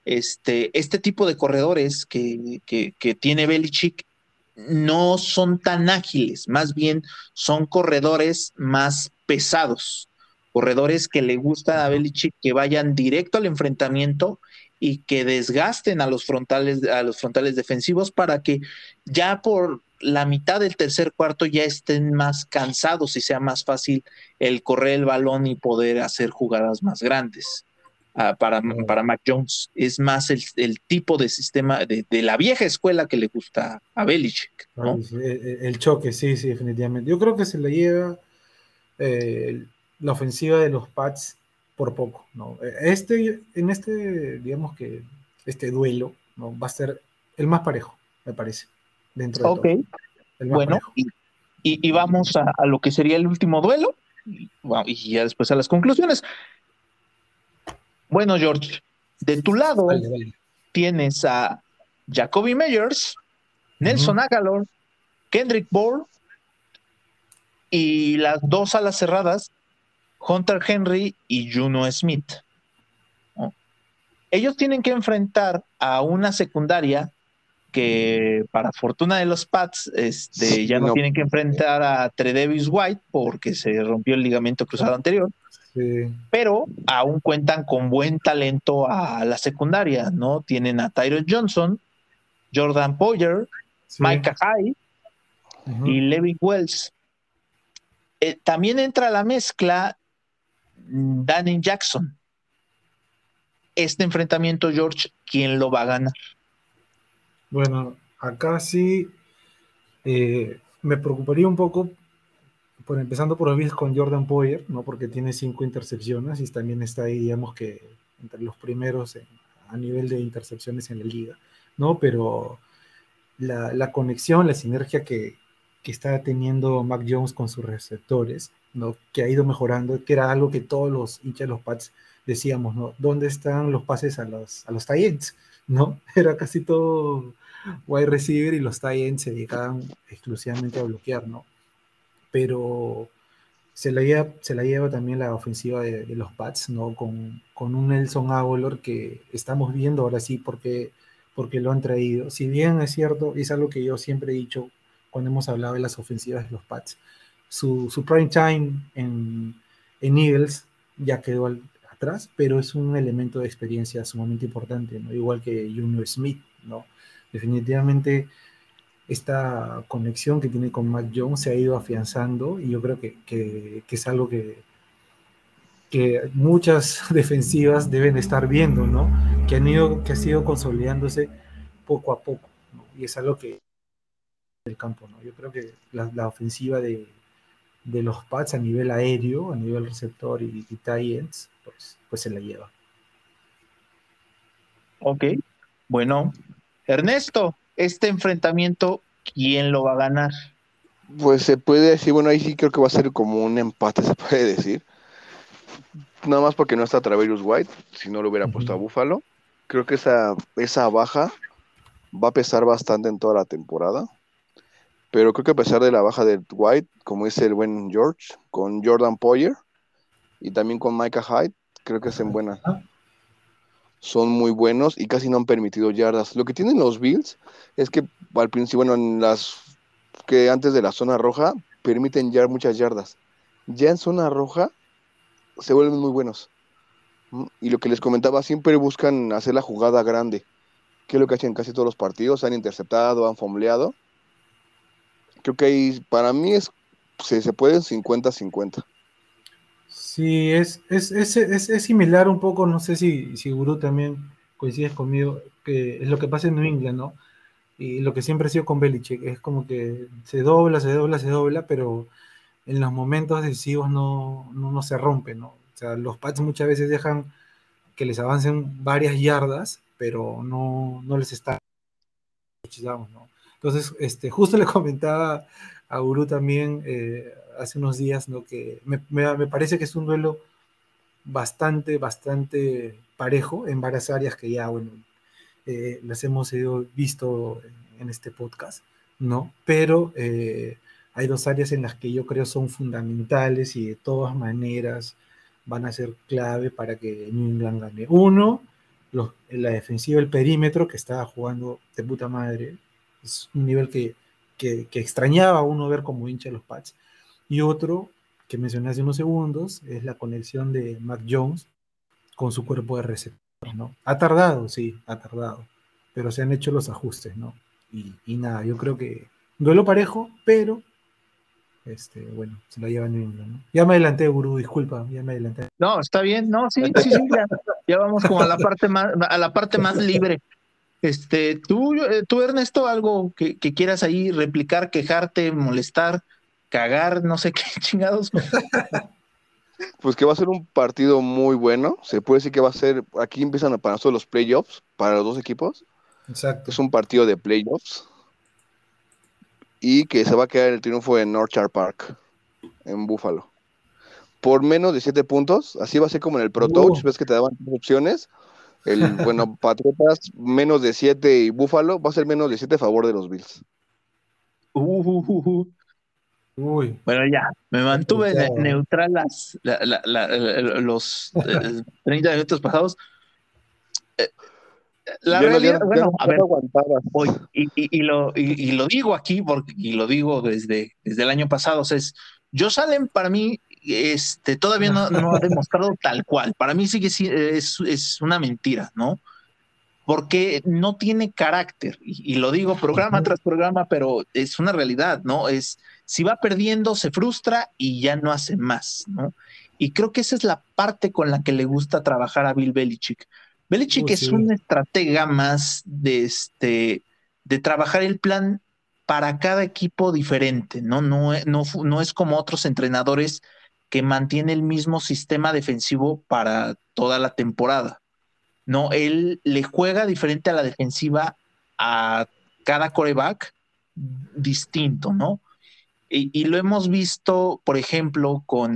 este tipo de corredores que tiene Belichick no son tan ágiles, más bien son corredores más pesados, corredores que le gusta a Belichick que vayan directo al enfrentamiento y que desgasten a los frontales defensivos para que ya por la mitad del tercer cuarto ya estén más cansados y sea más fácil el correr el balón y poder hacer jugadas más grandes. Para Mac Jones es más el tipo de sistema de la vieja escuela que le gusta a Belichick, ¿no? El choque, sí, definitivamente. Yo creo que se le lleva la ofensiva de los Pats por poco, ¿no? Digamos que este duelo, ¿no? Va a ser el más parejo, me parece, dentro de Ok, todo. El más bueno, parejo. y vamos a lo que sería el último duelo, y ya después a las conclusiones. Bueno, George, de tu lado Vale. tienes a Jacoby Meyers, Nelson Agholor, Kendrick Bourne y las dos alas cerradas, Hunter Henry y Juno Smith, ¿no? Ellos tienen que enfrentar a una secundaria que, para fortuna de los Pats, ya no tienen que enfrentar a Tre'Davious White porque se rompió el ligamento cruzado anterior. Sí. Pero aún cuentan con buen talento a la secundaria, ¿no? Tienen a Tyrell Johnson, Jordan Poyer, Sí. Micah Hyde y Levin Wells. También entra a la mezcla Danny Jackson. Este enfrentamiento, George, ¿quién lo va a ganar? Bueno, acá sí me preocuparía un poco, empezando por los Bills con Jordan Poyer, ¿no? Porque tiene 5 intercepciones y también está ahí, digamos que entre los primeros a nivel de intercepciones en la liga, ¿no? Pero la conexión, la sinergia que está teniendo Mac Jones con sus receptores, ¿no? Que ha ido mejorando, que era algo que todos los hinchas de los Pats decíamos, ¿no? ¿Dónde están los pases a los tight ends? ¿No? Era casi todo wide receiver y los tight ends se dedicaban exclusivamente a bloquear, ¿no? Pero se la lleva también la ofensiva de los Pats, ¿no? Con un Nelson Agholor que estamos viendo ahora sí porque lo han traído. Si bien es cierto, es algo que yo siempre he dicho cuando hemos hablado de las ofensivas de los Pats, su prime time en Eagles ya quedó atrás, pero es un elemento de experiencia sumamente importante, ¿no? Igual que Junior Smith, ¿no? Definitivamente esta conexión que tiene con Mac Jones se ha ido afianzando y yo creo que es algo que muchas defensivas deben estar viendo, ¿no? Que ha sido consolidándose poco a poco, ¿no? Y es algo que del campo, ¿no? Yo creo que la ofensiva de los Pats a nivel aéreo, a nivel receptor y tight ends, pues se la lleva. Ok, bueno, Ernesto, este enfrentamiento, ¿quién lo va a ganar? Pues se puede decir, bueno, ahí sí creo que va a ser como un empate, se puede decir. Nada más porque no está Tre'Davious White, si no lo hubiera puesto a Buffalo. Creo que esa baja va a pesar bastante en toda la temporada. Pero creo que a pesar de la baja de White, como dice el buen George, con Jordan Poyer y también con Micah Hyde, creo que hacen buena. Son muy buenos y casi no han permitido yardas. Lo que tienen los Bills es que al principio, bueno, que antes de la zona roja permiten ya muchas yardas. Ya en zona roja se vuelven muy buenos. Y lo que les comentaba, siempre buscan hacer la jugada grande, que es lo que hacen casi todos los partidos. Han interceptado, han fumbleado. Creo que ahí, para mí, se pueden 50-50. Sí, es similar un poco, no sé si Guru también coincides conmigo, que es lo que pasa en New England, ¿no? Y lo que siempre ha sido con Belichick, es como que se dobla, pero en los momentos decisivos no se rompe, ¿no? O sea, los Pats muchas veces dejan que les avancen varias yardas, pero no les está, ¿no? Entonces, justo le comentaba a Guru también hace unos días, ¿no? Que me parece que es un duelo bastante parejo en varias áreas que ya, bueno, las hemos visto en este podcast, ¿no? Pero hay dos áreas en las que yo creo son fundamentales y de todas maneras van a ser clave para que New England gane. Uno, la defensiva, el perímetro, que estaba jugando de puta madre. Es un nivel que extrañaba a uno ver como hincha de los Pats. Y otro, que mencioné hace unos segundos, es la conexión de Mac Jones con su cuerpo de receptor, ¿no? Ha tardado, sí, ha tardado, pero se han hecho los ajustes, ¿no? Y nada, yo creo que duelo parejo, pero bueno, se la lleva New England, ¿no? Ya me adelanté, Gurú, disculpa, ya me adelanté. No, está bien, no, sí, sí, sí, ya vamos como a la parte más libre. Tú, Ernesto, algo que quieras ahí replicar, quejarte, molestar, cagar, no sé qué chingados. Pues que va a ser un partido muy bueno. Se puede decir que va a ser, aquí empiezan para nosotros los playoffs, para los dos equipos. Exacto. Es un partido de playoffs. Y que se va a quedar el triunfo en Orchard Park, en Buffalo. Por menos de 7 puntos. Así va a ser como en el Pro Touch. Ves que te daban 3 opciones. Bueno, Patriotas menos de 7 y Buffalo va a ser menos de 7 a favor de los Bills. Uy, Bueno, ya, me mantuve neutral los 30 minutos pasados. La realidad, bueno, a ver, hoy, y lo digo aquí y lo digo desde el año pasado, o sea, Josh Allen para mí todavía no ha demostrado tal cual. Para mí sigue es una mentira, ¿no? Porque no tiene carácter, y lo digo programa tras programa, pero es una realidad, ¿no? Si va perdiendo, se frustra y ya no hace más, ¿no? Y creo que esa es la parte con la que le gusta trabajar a Bill Belichick. Belichick es un estratega más de trabajar el plan para cada equipo diferente, ¿no? No es como otros entrenadores que mantiene el mismo sistema defensivo para toda la temporada. No, él le juega diferente a la defensiva a cada quarterback distinto, ¿no? Y lo hemos visto, por ejemplo, con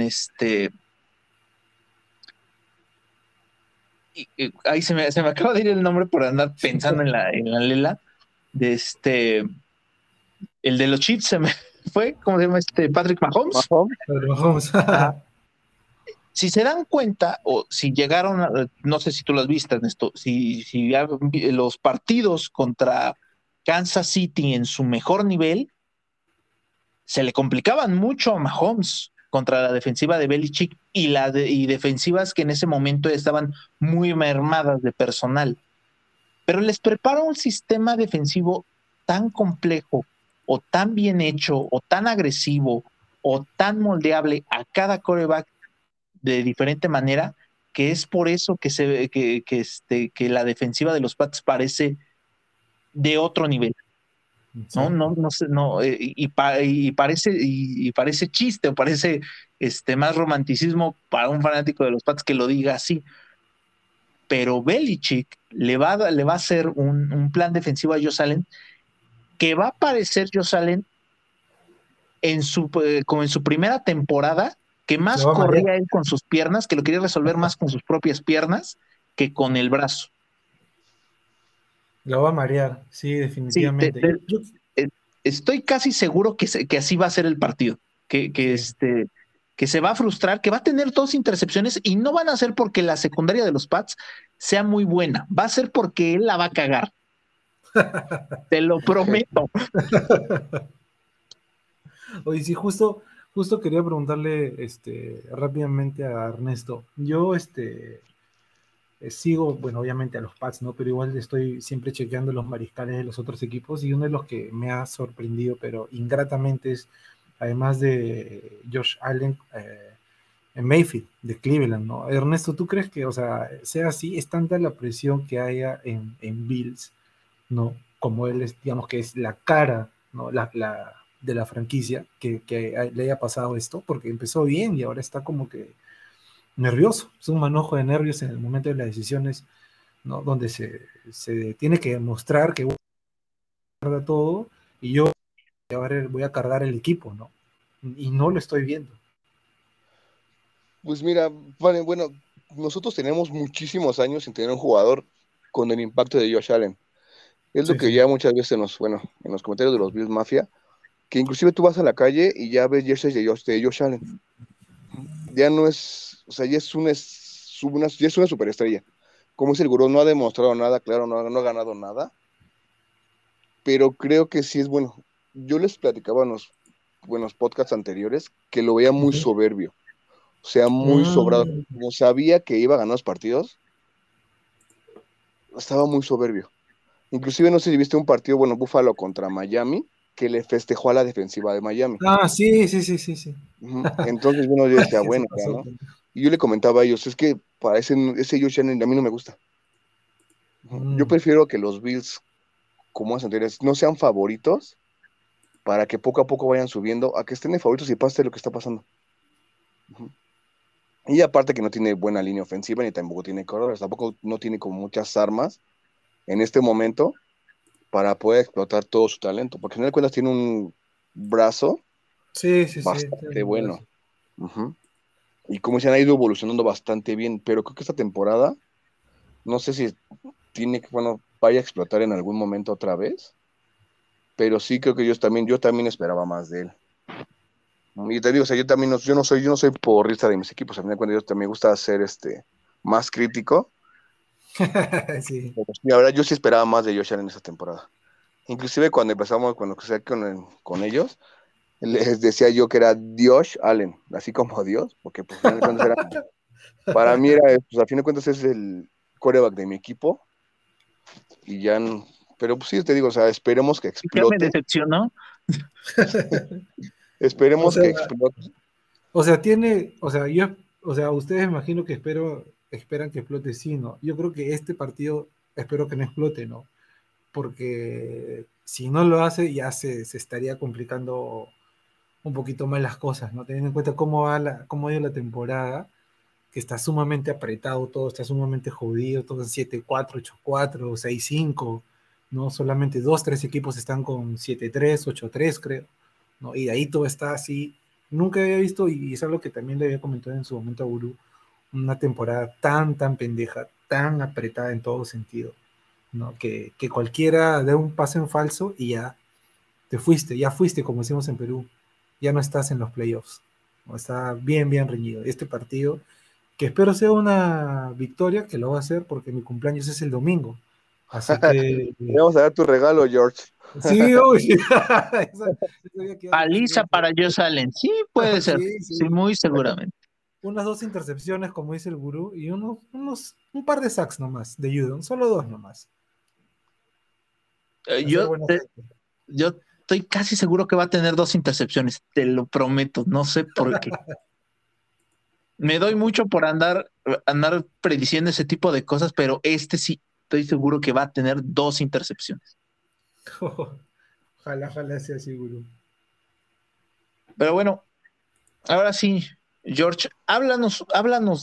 ahí se me acaba de ir el nombre por andar pensando en la lela, de el de los Chiefs se me fue, ¿cómo se llama? Patrick Mahomes. Mahomes. Si se dan cuenta, o si llegaron, no sé si tú lo has visto, Ernesto, si los partidos contra Kansas City en su mejor nivel, se le complicaban mucho a Mahomes contra la defensiva de Belichick y defensivas que en ese momento estaban muy mermadas de personal. Pero les prepara un sistema defensivo tan complejo, o tan bien hecho, o tan agresivo, o tan moldeable a cada quarterback de diferente manera, que es por eso que la defensiva de los Pats parece de otro nivel. No sé, no, y parece chiste, o parece más romanticismo para un fanático de los Pats que lo diga así. Pero Belichick le va a hacer un plan defensivo a Josh Allen que va a parecer Josh Allen como en su primera temporada, que más corría él con sus piernas, que lo quería resolver más con sus propias piernas que con el brazo. Lo va a marear, sí, definitivamente. Estoy casi seguro que así va a ser el partido, que se va a frustrar, que va a tener 2 intercepciones y no van a ser porque la secundaria de los Pats sea muy buena, va a ser porque él la va a cagar. Te lo prometo. Oye, sí, justo quería preguntarle rápidamente a Ernesto. Yo sigo, bueno, obviamente a los Pats, ¿no? Pero igual estoy siempre chequeando los mariscales de los otros equipos, y uno de los que me ha sorprendido, pero ingratamente, es, además de Josh Allen, en Mayfield, de Cleveland, ¿no? Ernesto, ¿tú crees que, o sea, sea así? ¿Es tanta la presión que haya en Bills, ¿no? Como él es, digamos, que es la cara, ¿no? De la franquicia, que le haya pasado esto, porque empezó bien y ahora está como que nervioso, es un manojo de nervios en el momento de las decisiones, ¿no? Donde se tiene que demostrar que guarda todo, y yo voy a cargar el equipo, ¿no? Y no lo estoy viendo. Pues mira, vale, bueno, nosotros tenemos muchísimos años sin tener un jugador con el impacto de Josh Allen. Es lo que ya muchas veces en los comentarios de los Bills Mafia, que inclusive tú vas a la calle y ya ves jerseys de Josh Allen. Ya no es, o sea, ya es una superestrella. como es el gurú, no ha demostrado nada, claro, no ha ganado nada, pero creo que sí es bueno. Yo les platicaba en los buenos podcasts anteriores que lo veía muy Ujú. soberbio, o sea, muy sobrado. Mm, Como sabía que iba a ganar los partidos, estaba muy soberbio. Inclusive no sé si viste un partido, bueno, Buffalo contra Miami, que le festejó a la defensiva de Miami. Ah, sí, sí, sí, sí, sí. Ujú. Entonces, bueno, yo decía, Que se bueno, ya, pasó, ¿no? pendejo. Y yo le comentaba a ellos, es que para ese Josh Allen a mí no me gusta. Ujú. Yo Mm, prefiero que los Bills, como las anteriores, no sean favoritos para que poco a poco vayan subiendo, a que estén de favoritos y pase lo que está pasando. Ujú. Y aparte que no tiene buena línea ofensiva ni tampoco tiene corredores, tampoco no tiene como muchas armas en este momento para poder explotar todo su talento, porque al final de cuentas tiene un brazo sí, sí, sí, tiene bastante un bueno. brazo. Ujú. Y como se han ido evolucionando bastante bien, pero creo que esta temporada, no sé si tiene que, bueno, vaya a explotar en algún momento otra vez, pero sí creo que yo también esperaba más de él. Y te digo, o sea, yo también yo no soy porrista de mis equipos, a mí cuando yo también me gusta ser más crítico, Sí. pero sí, la verdad yo sí esperaba más de Josh Allen esta temporada. Inclusive cuando empecé con ellos, les decía yo que era Dios Allen, así como Dios, porque pues, al final de cuentas para mí pues a fin de cuentas es el quarterback de mi equipo y ya, pero pues sí, te digo, o sea, esperemos que Ya me explote, decepcionó. O esperemos sea, que explote. o sea, ustedes imagino que esperan que explote, sí, ¿no? Yo creo que este partido espero que no explote, ¿no? Porque si no lo hace, ya se estaría complicando un poquito más las cosas, ¿no? Teniendo en cuenta cómo ha ido la temporada, que está sumamente apretado todo, está sumamente jodido, todo en 7-4, 8-4, 6-5, ¿no? Solamente dos, tres equipos están con 7-3, 8-3, creo, ¿no? Y de ahí todo está así. Nunca había visto, y es algo que también le había comentado en su momento a Guru, una temporada tan pendeja, tan apretada en todo sentido, ¿no? Que cualquiera dé un pase en falso y ya fuiste, como decimos en Perú, ya no estás en los playoffs, ¿no? Está bien reñido. Este partido, que espero sea una victoria, que lo va a hacer porque mi cumpleaños es el domingo. Así que, Te vamos a dar tu regalo, George. sí, uy, eso había quedado en Paliza secreto. para Josh Allen. Sí, puede ser. Sí, Sí, sí. muy seguramente. Unas dos intercepciones, como dice el gurú, y un par de sacks nomás de Judon, solo dos nomás. Eh, Hacer yo, buenas te- yo estoy casi seguro que va a tener 2 intercepciones. Te lo prometo. No sé por qué. Me doy mucho por andar prediciendo ese tipo de cosas, pero este sí estoy seguro que va a tener 2 intercepciones. Ojalá sea así, gurú. Pero bueno, ahora sí, George, háblanos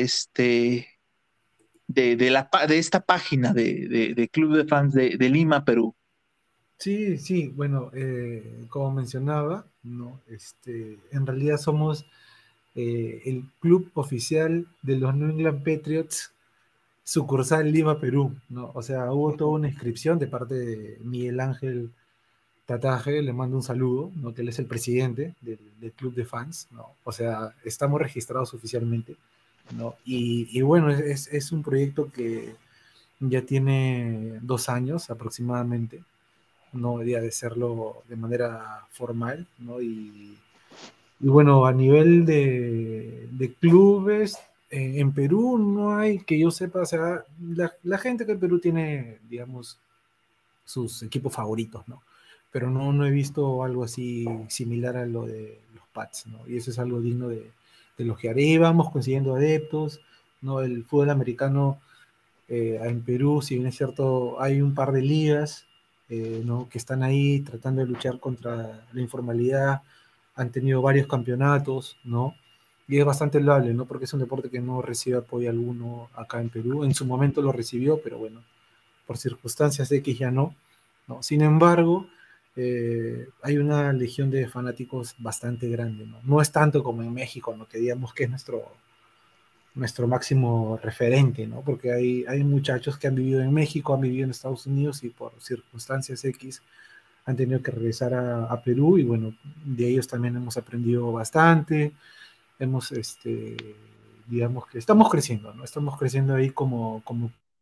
de esta página de Club de Fans de Lima, Perú. Sí, sí, bueno, como mencionaba, ¿no? En realidad somos el club oficial de los New England Patriots, sucursal Lima, Perú, ¿no? O sea, hubo toda una inscripción de parte de Miguel Ángel Tataje, le mando un saludo, ¿no? Que él es el presidente del club de fans, ¿no? O sea, estamos registrados oficialmente, ¿no? Y bueno, es un proyecto que ya tiene 2 años aproximadamente, no debería de serlo de manera formal, ¿no? Y bueno, a nivel de clubes, en Perú no hay que yo sepa, o sea, la gente que en Perú tiene, digamos, sus equipos favoritos, ¿no? Pero no he visto algo así similar a lo de los Pats, ¿no? Y eso es algo digno de elogiar. Y vamos consiguiendo adeptos, ¿no? El fútbol americano en Perú, si bien es cierto, hay un par de ligas, ¿no? Que están ahí tratando de luchar contra la informalidad, han tenido varios campeonatos, ¿no? Y es bastante loable, ¿no? Porque es un deporte que no recibe apoyo alguno acá en Perú. En su momento lo recibió, pero bueno, por circunstancias X ya no, ¿no? Sin embargo, hay una legión de fanáticos bastante grande, ¿no? No es tanto como en México, ¿no? Que digamos que es nuestro máximo referente, ¿no? Porque hay muchachos que han vivido en México, han vivido en Estados Unidos y por circunstancias X han tenido que regresar a Perú y bueno, de ellos también hemos aprendido bastante, hemos, digamos que estamos creciendo, ¿no? Estamos creciendo ahí como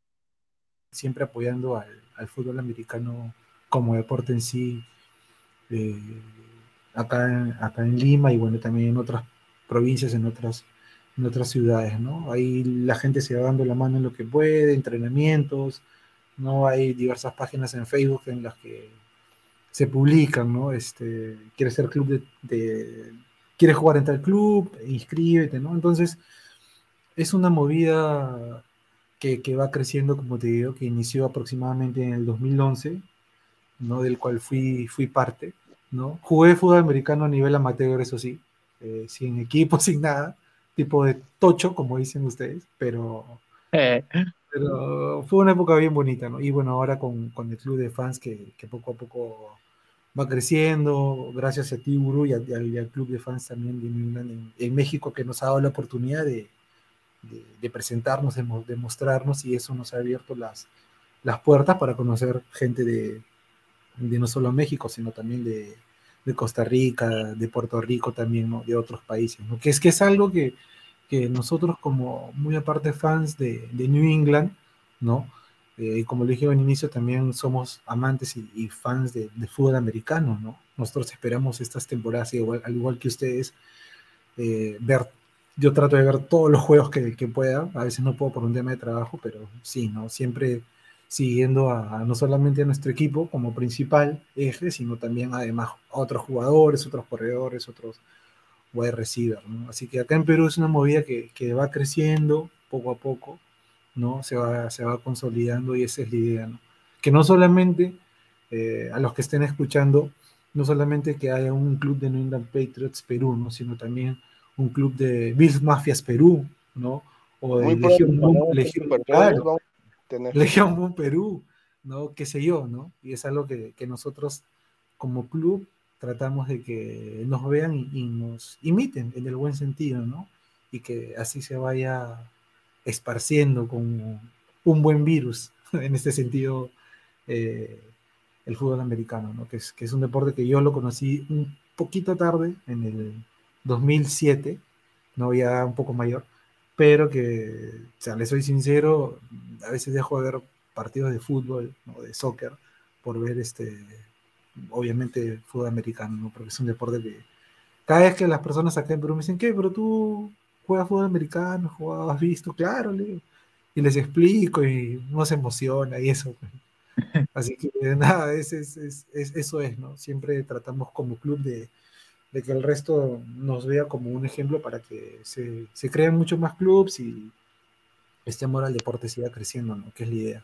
siempre apoyando al fútbol americano como deporte en sí, eh, acá en Lima y bueno, también en otras provincias, en otras ciudades, ¿no? Ahí la gente se va dando la mano en lo que puede, entrenamientos, ¿no? Hay diversas páginas en Facebook en las que se publican, ¿no? Quieres ser club quieres jugar en tal club, inscríbete, ¿no? Entonces, es una movida que va creciendo, como te digo, que inició aproximadamente en el 2011, ¿no? Del cual fui parte, ¿no? Jugué fútbol americano a nivel amateur, eso sí, sin equipo, sin nada, tipo de tocho, como dicen ustedes, Eh, pero fue una época bien bonita, ¿no? Y bueno, ahora con el club de fans que poco a poco va creciendo, gracias a ti, Uru, y al club de fans también de New England en México, que nos ha dado la oportunidad de presentarnos, de mostrarnos, y eso nos ha abierto las puertas para conocer gente de no solo México, sino también de Costa Rica, de Puerto Rico también, ¿no? De otros países, ¿no? Que es algo que nosotros como muy aparte fans de New England, ¿no? Y como le dije al inicio, también somos amantes y fans de fútbol americano, ¿no? Nosotros esperamos estas temporadas, al igual que ustedes, ver, yo trato de ver todos los juegos que pueda, a veces no puedo por un tema de trabajo, pero sí, ¿no? Siempre siguiendo no solamente a nuestro equipo como principal eje, sino también además a otros jugadores, otros corredores, otros wide receiver, ¿no? Así que acá en Perú es una movida que va creciendo poco a poco, ¿no? Se va consolidando y esa es la idea, ¿no? Que no solamente a los que estén escuchando, no solamente que haya un club de New England Patriots Perú, ¿no? Sino también un club de Bills Mafias Perú, ¿no? O de Muy pronto, Legión, superpoderes claro, vamos a tener. Legión Boom Perú, ¿no? Qué sé yo, ¿no? Y es algo que nosotros como club tratamos de que nos vean y nos imiten en el buen sentido, ¿no? Y que así se vaya esparciendo como un buen virus, en este sentido, eh, el fútbol americano, ¿no? Que es un deporte que yo lo conocí un poquito tarde, en el 2007, no ya un poco mayor, pero que, o sea, le soy sincero, a veces dejo de ver partidos de fútbol, ¿no? De soccer, por ver obviamente, fútbol americano, ¿no? Porque es un deporte que cada vez que las personas acá en Perú me dicen, ¿qué? Pero tú juegas fútbol americano, has visto, claro, le digo. Y les explico y no se emociona y eso, pues. Así que nada, eso es, ¿no? Siempre tratamos como club de que el resto nos vea como un ejemplo para que se creen muchos más clubs y este amor al deporte siga creciendo, ¿no? Que es la idea.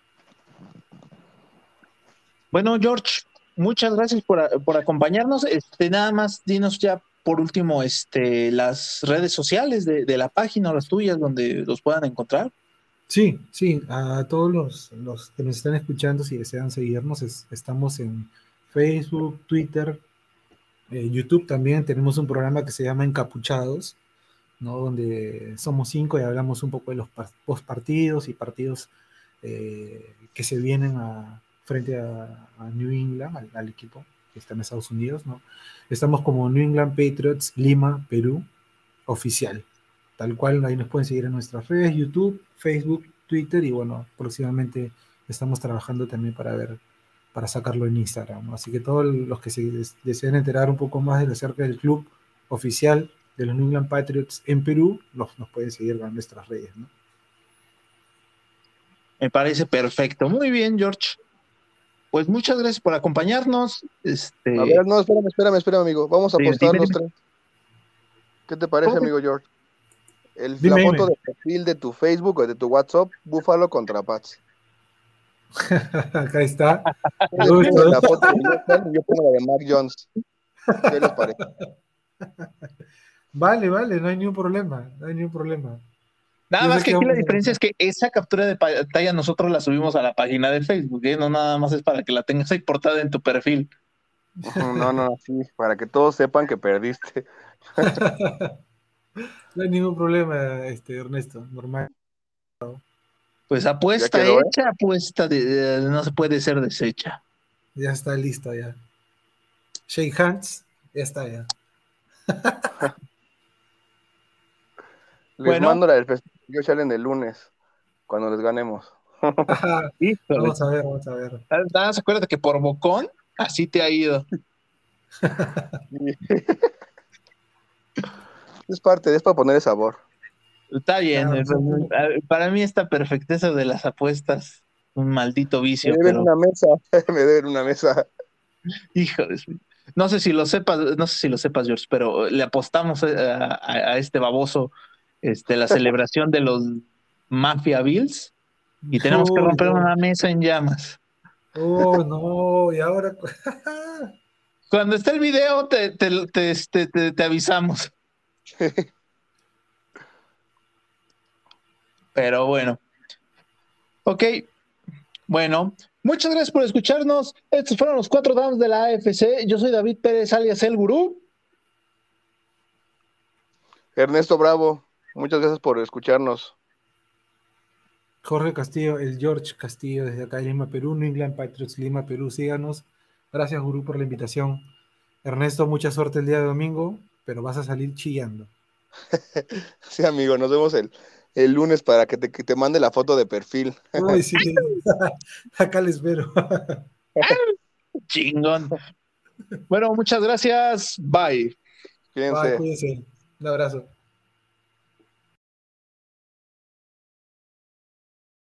bueno, George, muchas gracias por acompañarnos. Nada más dinos ya por último las redes sociales de la página o las tuyas donde los puedan encontrar. Sí, sí, a todos los que nos están escuchando, si desean seguirnos, estamos en Facebook, Twitter, YouTube también. Tenemos un programa que se llama Encapuchados, ¿no? Donde somos 5 y hablamos un poco de los post partidos y partidos que se vienen frente a New England, al equipo que está en Estados Unidos, ¿no? Estamos como New England Patriots Lima, Perú, oficial. Tal cual, ahí nos pueden seguir en nuestras redes, YouTube, Facebook, Twitter, y bueno, próximamente estamos trabajando también para sacarlo en Instagram, ¿no? Así que todos los que se deseen enterar un poco más de acerca del club oficial de los New England Patriots en Perú, nos pueden seguir en nuestras redes, ¿no? Me parece perfecto. Muy bien, George. Pues muchas gracias por acompañarnos. A ver, no, espérame, amigo. Vamos a apostar Dime, los dime. tres. ¿Qué te parece, amigo George? La Dime, foto dime. de perfil de tu Facebook o de tu WhatsApp, Búfalo contra Pats. Acá está. Me Ustedes gusta. ponen la foto de Johan y yo pongo la de Mac Jones. ¿Qué les parece? Vale, vale, no hay ningún problema, no hay ningún problema. Nada Yo más sé que que aquí la vamos diferencia a... es que esa captura de pantalla nosotros la subimos a la página de Facebook, ¿eh? No nada más es para que la tengas ahí portada en tu perfil. No, no, sí, para que todos sepan que perdiste. No hay ningún problema, Ernesto, normal. Pues Ya apuesta quedó, ¿eh? hecha, apuesta no se puede ser deshecha. Ya está listo, ya. Shake hands, ya está, ya. Les Bueno, mando la del festival Josh Allen el lunes, cuando les ganemos. Ajá. Híjole. Vamos a ver, vamos a ver. Nada más acuérdate que por bocón, así te ha ido. Es parte, es para ponerle sabor. Está bien. Claro, sí. Para mí esta perfecteza de las apuestas, un maldito Me vicio, deben pero una mesa, me deben una mesa. hijo de su- no sé si lo sepas, no sé si lo sepas, George, pero le apostamos a este baboso la celebración de los Mafia Bills y tenemos que Uy, romper no. una mesa en llamas. Oh, no, y ahora. Cuando esté el video, te avisamos. Pero bueno, ok, bueno, muchas gracias por escucharnos. Estos fueron los 4 downs de la AFC. Yo soy David Pérez, alias El Gurú. Ernesto Bravo, muchas gracias por escucharnos. Jorge Castillo, el George Castillo, desde acá de Lima, Perú, New England Patriots, Lima, Perú, síganos. Gracias, Gurú, por la invitación. Ernesto, mucha suerte el día de domingo, pero vas a salir chillando. Sí, amigo, nos vemos el lunes para que te mande la foto de perfil. Uy, sí, acá les espero. Chingón. Bueno, muchas gracias. Bye. Bye, Fíjense. cuídense. Un abrazo.